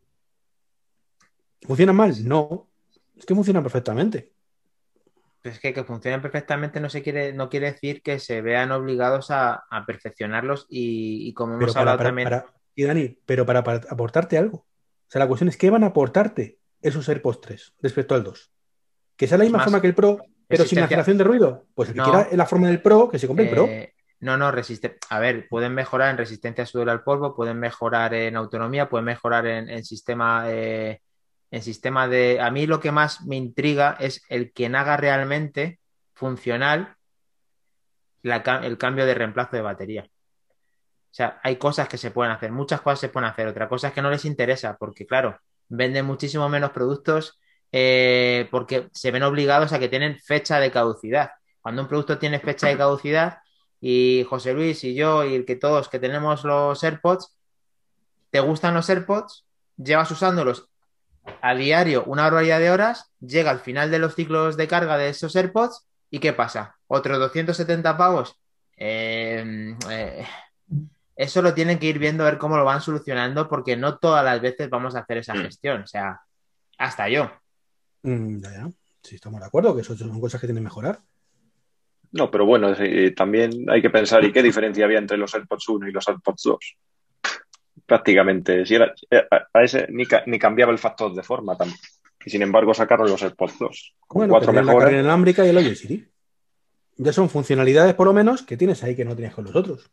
¿Funcionan mal? No. Es que funcionan perfectamente. Pues es que que funcionen perfectamente no se quiere, no quiere decir que se vean obligados a, a perfeccionarlos y, y como Pero hemos para, hablado para, también. para, y Dani, pero para, para aportarte algo. O sea, la cuestión es ¿qué van a aportarte esos AirPods tres respecto al dos? ¿Que sea la Pues misma más forma que el Pro, pero sin resistencia. cancelación de ruido? Pues el que No, quiera la forma del Pro, que se compre el Pro. eh, no, no, resiste. A ver, pueden mejorar en resistencia a sudor al polvo, pueden mejorar en autonomía, pueden mejorar en, en sistema, eh, en sistema de. A mí lo que más me intriga es el que haga realmente funcional la, el cambio de reemplazo de batería. O sea, hay cosas que se pueden hacer, muchas cosas se pueden hacer, otra cosa es que no les interesa, porque claro, venden muchísimo menos productos eh, porque se ven obligados a que tienen fecha de caducidad. Cuando un producto tiene fecha de caducidad y José Luis y yo y el que todos que tenemos los AirPods, te gustan los AirPods, llevas usándolos a diario una barbaridad de horas, llega al final de los ciclos de carga de esos AirPods y ¿qué pasa? ¿Otros doscientos setenta pavos? Eh, eh, eso lo tienen que ir viendo a ver cómo lo van solucionando porque no todas las veces vamos a hacer esa gestión. O sea, hasta yo. Mm, ya, ya. Sí, estamos de acuerdo que eso son cosas que tienen que mejorar. No, pero bueno, sí, también hay que pensar, ¿y qué diferencia había entre los AirPods uno y los AirPods dos? Prácticamente, si era, a, a ese ni, ni cambiaba el factor de forma también. Y sin embargo sacaron los AirPods dos. Con Bueno, cuatro pero la mejoras. carga inalámbrica y el audio Siri. Ya son funcionalidades, por lo menos, que tienes ahí que no tienes con los otros.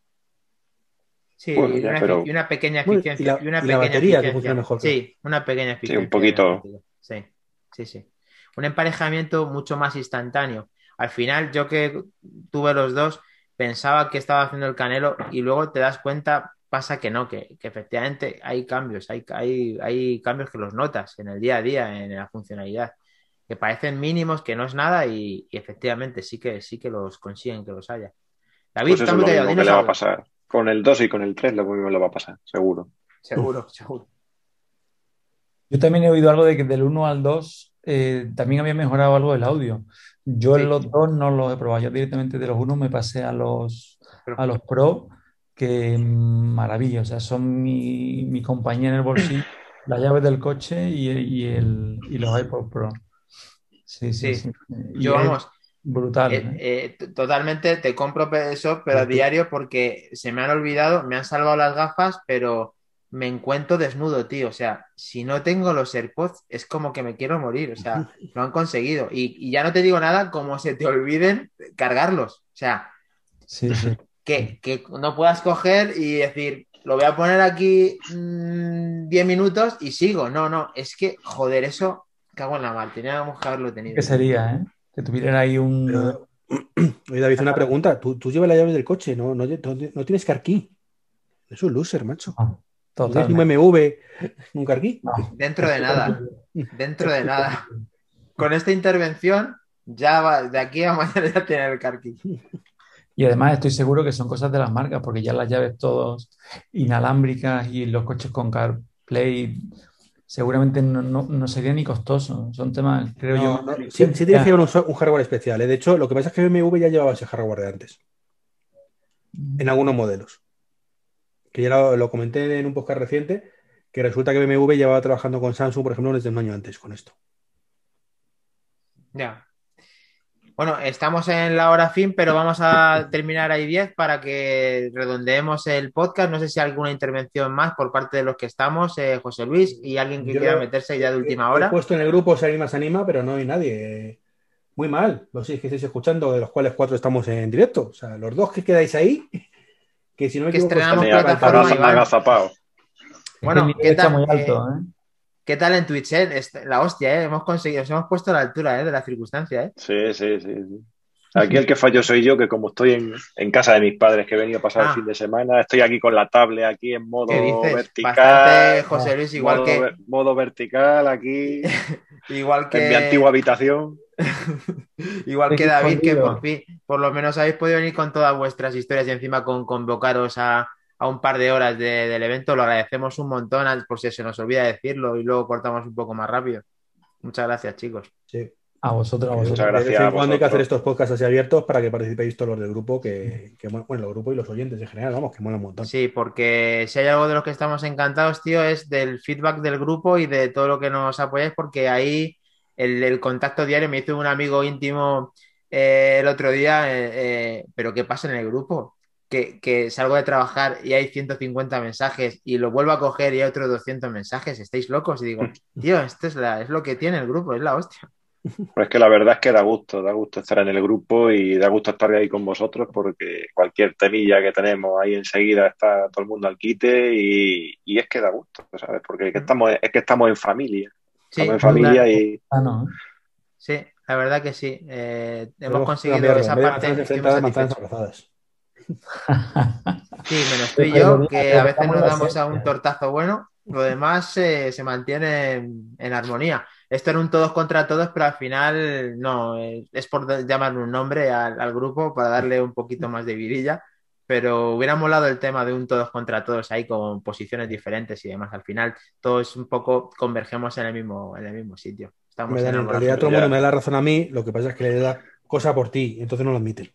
Sí, Bueno, y, ya, una, pero... y una pequeña Bueno, eficiencia. y la, Y una y la pequeña batería eficiencia. que funciona mejor. Sí, una pequeña eficiencia. Sí, un poquito. Sí, sí, sí. Un emparejamiento mucho más instantáneo. Al final, yo que tuve los dos, pensaba que estaba haciendo el Canelo y luego te das cuenta, pasa que no, que, que efectivamente hay cambios, hay, hay, hay cambios que los notas en el día a día, en la funcionalidad, que parecen mínimos, que no es nada y, y efectivamente sí que, sí que los consiguen que los haya. David, Pues eso está es muy lo callado, mismo que dinos le va a algo. pasar. Con el dos y con el tres lo mismo le va a pasar, seguro. Seguro, seguro. Yo también he oído algo de que del uno al dos eh, también había mejorado algo el audio. Yo en Sí, los dos no los he probado. Yo directamente de los uno me pasé a los, pero a los Pro, que mm, maravilla. O sea, son mi, mi compañía en el bolsillo, las llaves del coche y, y, el, y los iPod Pro. Sí, sí, sí. sí. Y Yo, es vamos, brutal, eh, ¿eh? eh, t- totalmente te compro pe- eso, pero a Pero tú, diario porque se me han olvidado, me han salvado las gafas, pero me encuentro desnudo, tío. O sea, si no tengo los AirPods, es como que me quiero morir. O sea, lo han conseguido. Y, y ya no te digo nada como se te olviden cargarlos. O sea, Sí, sí. que, que no puedas coger y decir, lo voy a poner aquí mmm, diez minutos y sigo. No, no, es que, joder, eso cago en la mar. Teníamos que haberlo ¿Qué tenido, tío. sería, eh? Que tuvieran ahí un... pero, oye, David, una pregunta. Tú, tú llevas las llaves del coche, ¿no? No, no, no tienes car key. Es un loser, macho. No, ¿No tienes ni un totalmente. B M W, un car key? No, Dentro de estoy nada. contigo. Dentro de Estoy nada. contigo. Con esta intervención, ya va, de aquí a mañana ya tener el carqui. Y además estoy seguro que son cosas de las marcas, porque ya las llaves todos inalámbricas y los coches con CarPlay seguramente no, no, no sería ni costoso. Son temas, creo yo, No, más no, de sí, sí tienes que licencia. llevar un, so- un hardware especial, ¿eh? De hecho, lo que pasa es que B M W ya llevaba ese hardware de antes, en algunos modelos. Que ya lo, lo comenté en un podcast reciente, que resulta que B M W llevaba trabajando con Samsung, por ejemplo, desde un año antes con esto. Ya. Bueno, estamos en la hora fin, pero vamos a terminar ahí diez para que redondeemos el podcast. No sé si hay alguna intervención más por parte de los que estamos, eh, José Luis, y alguien que quiera Yo meterse ya de he, última he hora. puesto en el grupo si alguien más anima, pero no hay nadie. Muy mal, los seis que estáis escuchando, de los cuales cuatro estamos en directo. O sea, los dos que quedáis ahí, que si no me Que equivoco, estrenamos Están estáis aga- plataforma, Valtteri. aga- Iván. agazapados. Es que el Bueno, nivel ¿qué está tal? muy Eh, alto, ¿eh? ¿qué tal en Twitch, eh? Es la hostia, ¿eh? Hemos conseguido, nos hemos puesto a la altura, ¿eh? De la circunstancia, ¿eh? Sí, sí, sí, sí. Aquí el que fallo soy yo, que como estoy en, en casa de mis padres, que he venido a pasar el fin Ah, de semana, estoy aquí con la tablet, aquí en ¿qué modo dices? Bastante, vertical, José Ah, Luis, igual modo, que, ver- modo vertical, aquí igual en mi antigua que, habitación. igual que estoy David, que por escondido. fin, por lo menos habéis podido venir con todas vuestras historias y encima con convocaros a, a un par de horas de- del evento. Lo agradecemos un montón, al- por si se nos olvida decirlo y luego cortamos un poco más rápido. Muchas gracias, chicos. Sí, A vosotros, a que Muchas vosotros. de vez gracias a en cuando hay que hacer vosotros. estos podcasts así abiertos para que participéis todos los del grupo, que, que bueno, el grupo y los oyentes en general, vamos, que mola un montón. Sí, porque si hay algo de lo que estamos encantados, tío, es del feedback del grupo y de todo lo que nos apoyáis, porque ahí el, el contacto diario me hizo un amigo íntimo eh, el otro día, eh, eh, pero ¿qué pasa en el grupo? Que, que salgo de trabajar y hay ciento cincuenta mensajes y lo vuelvo a coger y hay otros doscientos mensajes, ¿estáis locos? Y digo, tío, esto es, la, es lo que tiene el grupo, es la hostia. Pues es que la verdad es que da gusto, da gusto estar en el grupo y da gusto estar ahí con vosotros porque cualquier temilla que tenemos ahí enseguida está todo el mundo al quite y, y es que da gusto, ¿sabes? Porque es que estamos, es que estamos en familia, estamos Sí, en total. familia y Ah, no, ¿eh? Sí, la verdad que sí. Eh, hemos Tenemos que conseguido cambiarlo, en esa vez de manzanas parte, estoy muy enfrentadas, manzanas satisfecho. abrazadas. Sí, menos tú Pues y yo, predomina, que a veces predomina nos la damos a un esencia. tortazo bueno, lo demás eh, se mantiene en, en armonía. Esto era un todos contra todos, pero al final no, eh, es por da- llamarle un nombre al, al grupo para darle un poquito más de vidilla, pero hubiera molado el tema de un todos contra todos ahí con posiciones diferentes y demás. Al final todos un poco convergemos en el mismo, en el mismo sitio. Hombre, Estamos Dani, en enamorados realidad del todo el mundo grupo. ya. me da la razón a mí, lo que pasa es que le da cosa por ti, entonces no lo admiten.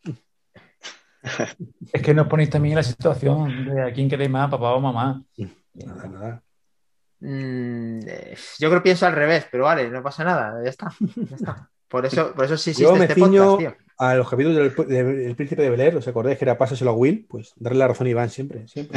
Es que nos ponéis también en la situación de a quién queréis más, papá o mamá. Nada, nada. Mm, eh, yo creo que pienso al revés, pero vale, no pasa nada, ya está, ya está. Por eso, por eso sí Yo existe me este podcast, ciño tío. a los capítulos del, del- del Príncipe de Bel-Air, ¿os acordáis que era pásaselo a Will? Pues darle la razón a Iván siempre, siempre.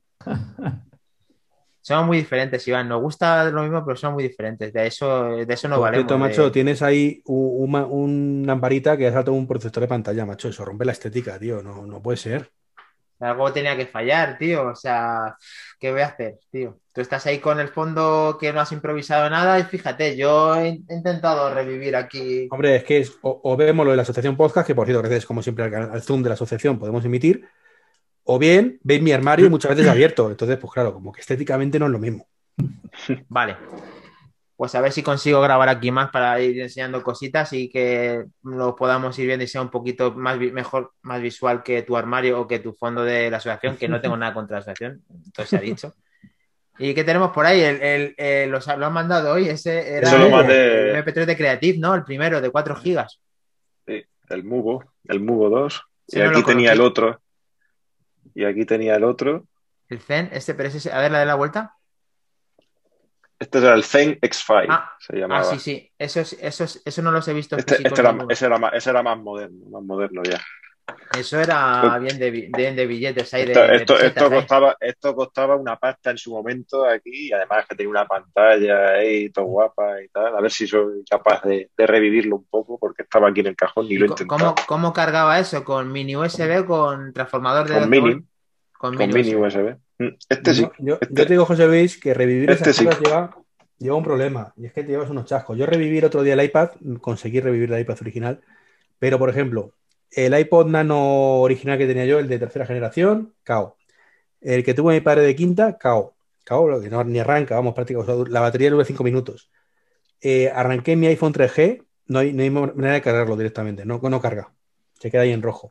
Somos muy diferentes, Iván. Nos gusta lo mismo, pero somos muy diferentes. De eso, de eso no Por cierto, valemos. macho, De... tienes ahí un- una, una lamparita que ha saltado un protector de pantalla, macho. Eso rompe la estética, tío. No, no puede ser. Algo tenía que fallar, tío. O sea, ¿qué voy a hacer, tío? Tú estás ahí con el fondo que no has improvisado nada y fíjate, yo he intentado revivir aquí. Hombre, es que es, o, o vemos lo de la asociación podcast, que por cierto, gracias como siempre al, canal- al Zoom de la asociación podemos emitir, o bien veis mi armario y muchas veces abierto. Entonces, pues claro, como que estéticamente no es lo mismo. Vale. Pues a ver si consigo grabar aquí más para ir enseñando cositas y que lo podamos ir viendo y sea un poquito más vi- mejor, más visual que tu armario o que tu fondo de la asociación, que no tengo nada contra la asociación, entonces se ha dicho. ¿Y qué tenemos por ahí? El, el, el- los, lo han mandado hoy, ese era Eso lo el, el mandé, M P tres de Creative, ¿no? El primero, de cuatro gigas. sí, el Mugo, el Mugo dos y Ese no lo aquí tenía el conocí. otro, y aquí tenía el otro. El Zen, este, pero ese, a ver, la de la vuelta. Este era el Zen X cinco, Ah, se ah, sí, llamaba. sí. Esos, esos, eso no los he visto Este, físicos este era, ninguno. ese, era más, ese era más moderno, más moderno ya. Eso era bien de, bi- bien de billetes ahí, Esto, de, de esto, pesetas esto ahí. costaba, esto costaba una pasta en su momento aquí, y además que tenía una pantalla ahí, todo guapa y tal. A ver si soy capaz de, de revivirlo un poco, porque estaba aquí en el cajón y ¿Y lo he co- intentado. cómo, cómo cargaba eso? ¿Con mini U S B o con transformador de Con doce volts? mini, Con con mini mini U S B. U S B. Mm, Este sí, Yo, yo, yo te este, digo, José Luis, que revivir esas este sí. cosas lleva, lleva un problema. Y es que te llevas unos chascos. Yo revivir otro día el iPad, conseguí revivir el iPad original. Pero, por ejemplo, el iPod Nano original que tenía yo, el de tercera generación, K O. El que tuvo mi padre de quinta, K O. K O, lo que no, ni arranca, vamos, prácticamente. O sea, la batería dura cinco minutos. Eh, arranqué mi iPhone tres G, no hay, no hay manera de cargarlo directamente, no, no carga. Se queda ahí en rojo.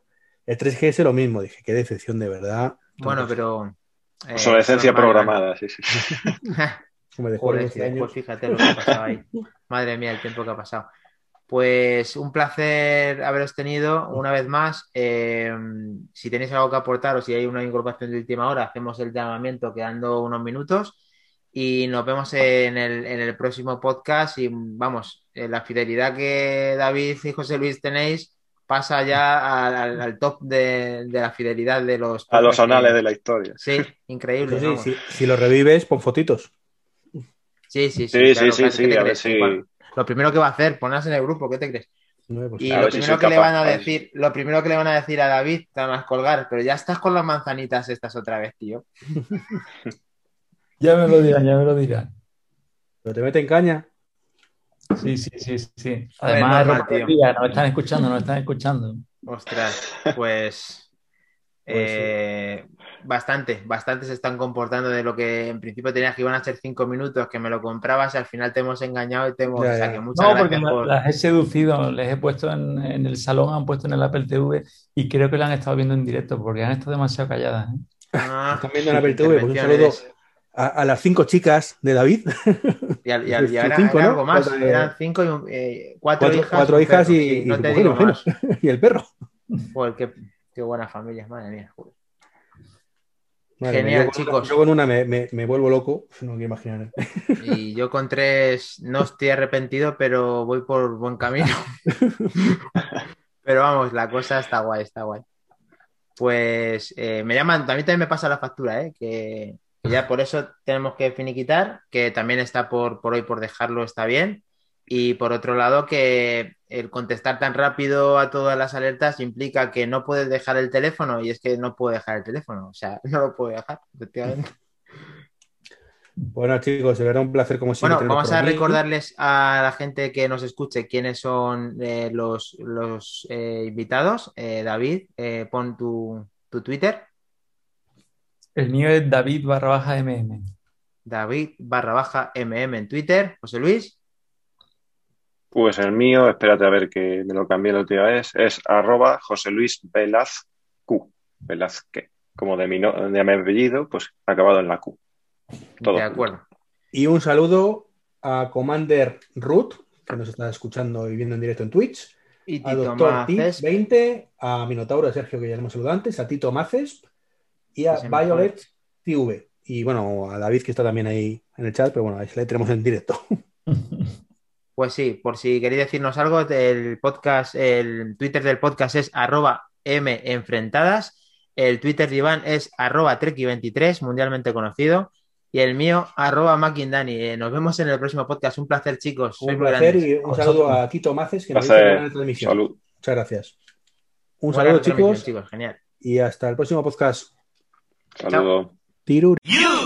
El tres G S lo mismo, dije, qué decepción de verdad. Bueno, pero... Eh, Obsolescencia programada, sí, sí. Me dejó Joder, si después fíjate lo que ha pasado ahí. Madre mía, el tiempo que ha pasado. Pues un placer haberos tenido una vez más. Eh, si tenéis algo que aportar o si hay una incorporación de última hora, hacemos el llamamiento quedando unos minutos y nos vemos en el, en el próximo podcast. Y vamos, eh, la fidelidad que David y José Luis tenéis pasa ya al, al top de, de la fidelidad de los... A los anales que... de la historia. Sí, increíble. Sí, sí, si, si lo revives, pon fotitos. Sí, sí, sí. Sí, claro, sí, claro, sí, sí, a ver si... Bueno, lo primero que va a hacer, ponerse en el grupo, ¿qué te crees? No, pues, y a lo ver si primero soy que le capaz, van a a ver decir, lo primero que le van a decir a David, nada más colgar, pero ya estás con las manzanitas estas otra vez, tío. Ya me lo dirán, ya me lo dirán. Pero te meten caña. Sí, sí, sí, sí. Hombre, Además, normal, ropa de tío. día, nos están escuchando, nos están escuchando. Ostras, pues Pues sí. eh, bastante, bastante se están comportando de lo que en principio tenías que iban a ser cinco minutos, que me lo comprabas y al final te hemos engañado y te hemos... Ya, o sea, ya. que muchas No, gracias porque la- por... las he seducido, les he puesto en, en el salón, han puesto en el Apple T V y creo que la han estado viendo en directo porque han estado demasiado calladas, ¿eh? Ah, Están viendo en Apple T V, pues un saludo intervenciones. a, a las cinco chicas de David. Y, al- y al- y Son era, cinco, era ¿no? algo más, Cuatro, eh, eran cinco y un- eh, cuatro, cuatro, hijas, cuatro un hijas perro. y, Sí, y no su te mujer, digo imagino. más. Y el perro. Joder, qué, qué buena familia, madre mía. Joder. Madre mía, Genial, yo con una, chicos. yo con una me, me- me vuelvo loco. No quiero imaginar. Y yo con tres no estoy arrepentido, pero voy por buen camino. Pero vamos, la cosa está guay, está guay. Pues eh, me llaman, también también me pasa la factura, ¿eh? Que, que ya por eso tenemos que finiquitar, que también está por, por hoy por dejarlo, está bien. Y por otro lado, que el contestar tan rápido a todas las alertas implica que no puedes dejar el teléfono, y es que no puedo dejar el teléfono, o sea, no lo puedo dejar, efectivamente. Bueno, chicos, de verdad un placer como siempre. Bueno, teneros vamos por a aquí. recordarles a la gente que nos escuche quiénes son eh, los, los eh, invitados. Eh, David, eh, pon tu, tu Twitter. El mío es David barra baja M M. David barra baja MM en Twitter. José Luis. Pues el mío, espérate a ver que me lo cambié la última vez, es arroba José Luis Velazq, Velazque, como de mi, no, de mi apellido, pues acabado en la Q. Todo De junto. acuerdo. Y un saludo a Commander Root, que nos está escuchando y viendo en directo en Twitch. Y A Tito Doctor T Maces. veinte, a Minotauro, a Sergio, que ya le hemos saludado antes, a Tito Maces y a Ese mejor. Violet T V. Y bueno, a David, que está también ahí en el chat, pero bueno, ahí le tenemos en directo. Pues sí, por si queréis decirnos algo, el podcast, el Twitter del podcast es arroba menfrentadas, el Twitter de Iván es arroba treki veintitrés, mundialmente conocido, y el mío arroba makindani. Eh, nos vemos en el próximo podcast. Un placer, chicos. Sois Un muy placer grandes. y un saludo a Tito Maces, que nos Placer. dice buena transmisión. Salud. Muchas gracias. Un Buena saludo, transmisión, chicos, chicos. Genial. y hasta el próximo podcast. Saludos. Tirur. You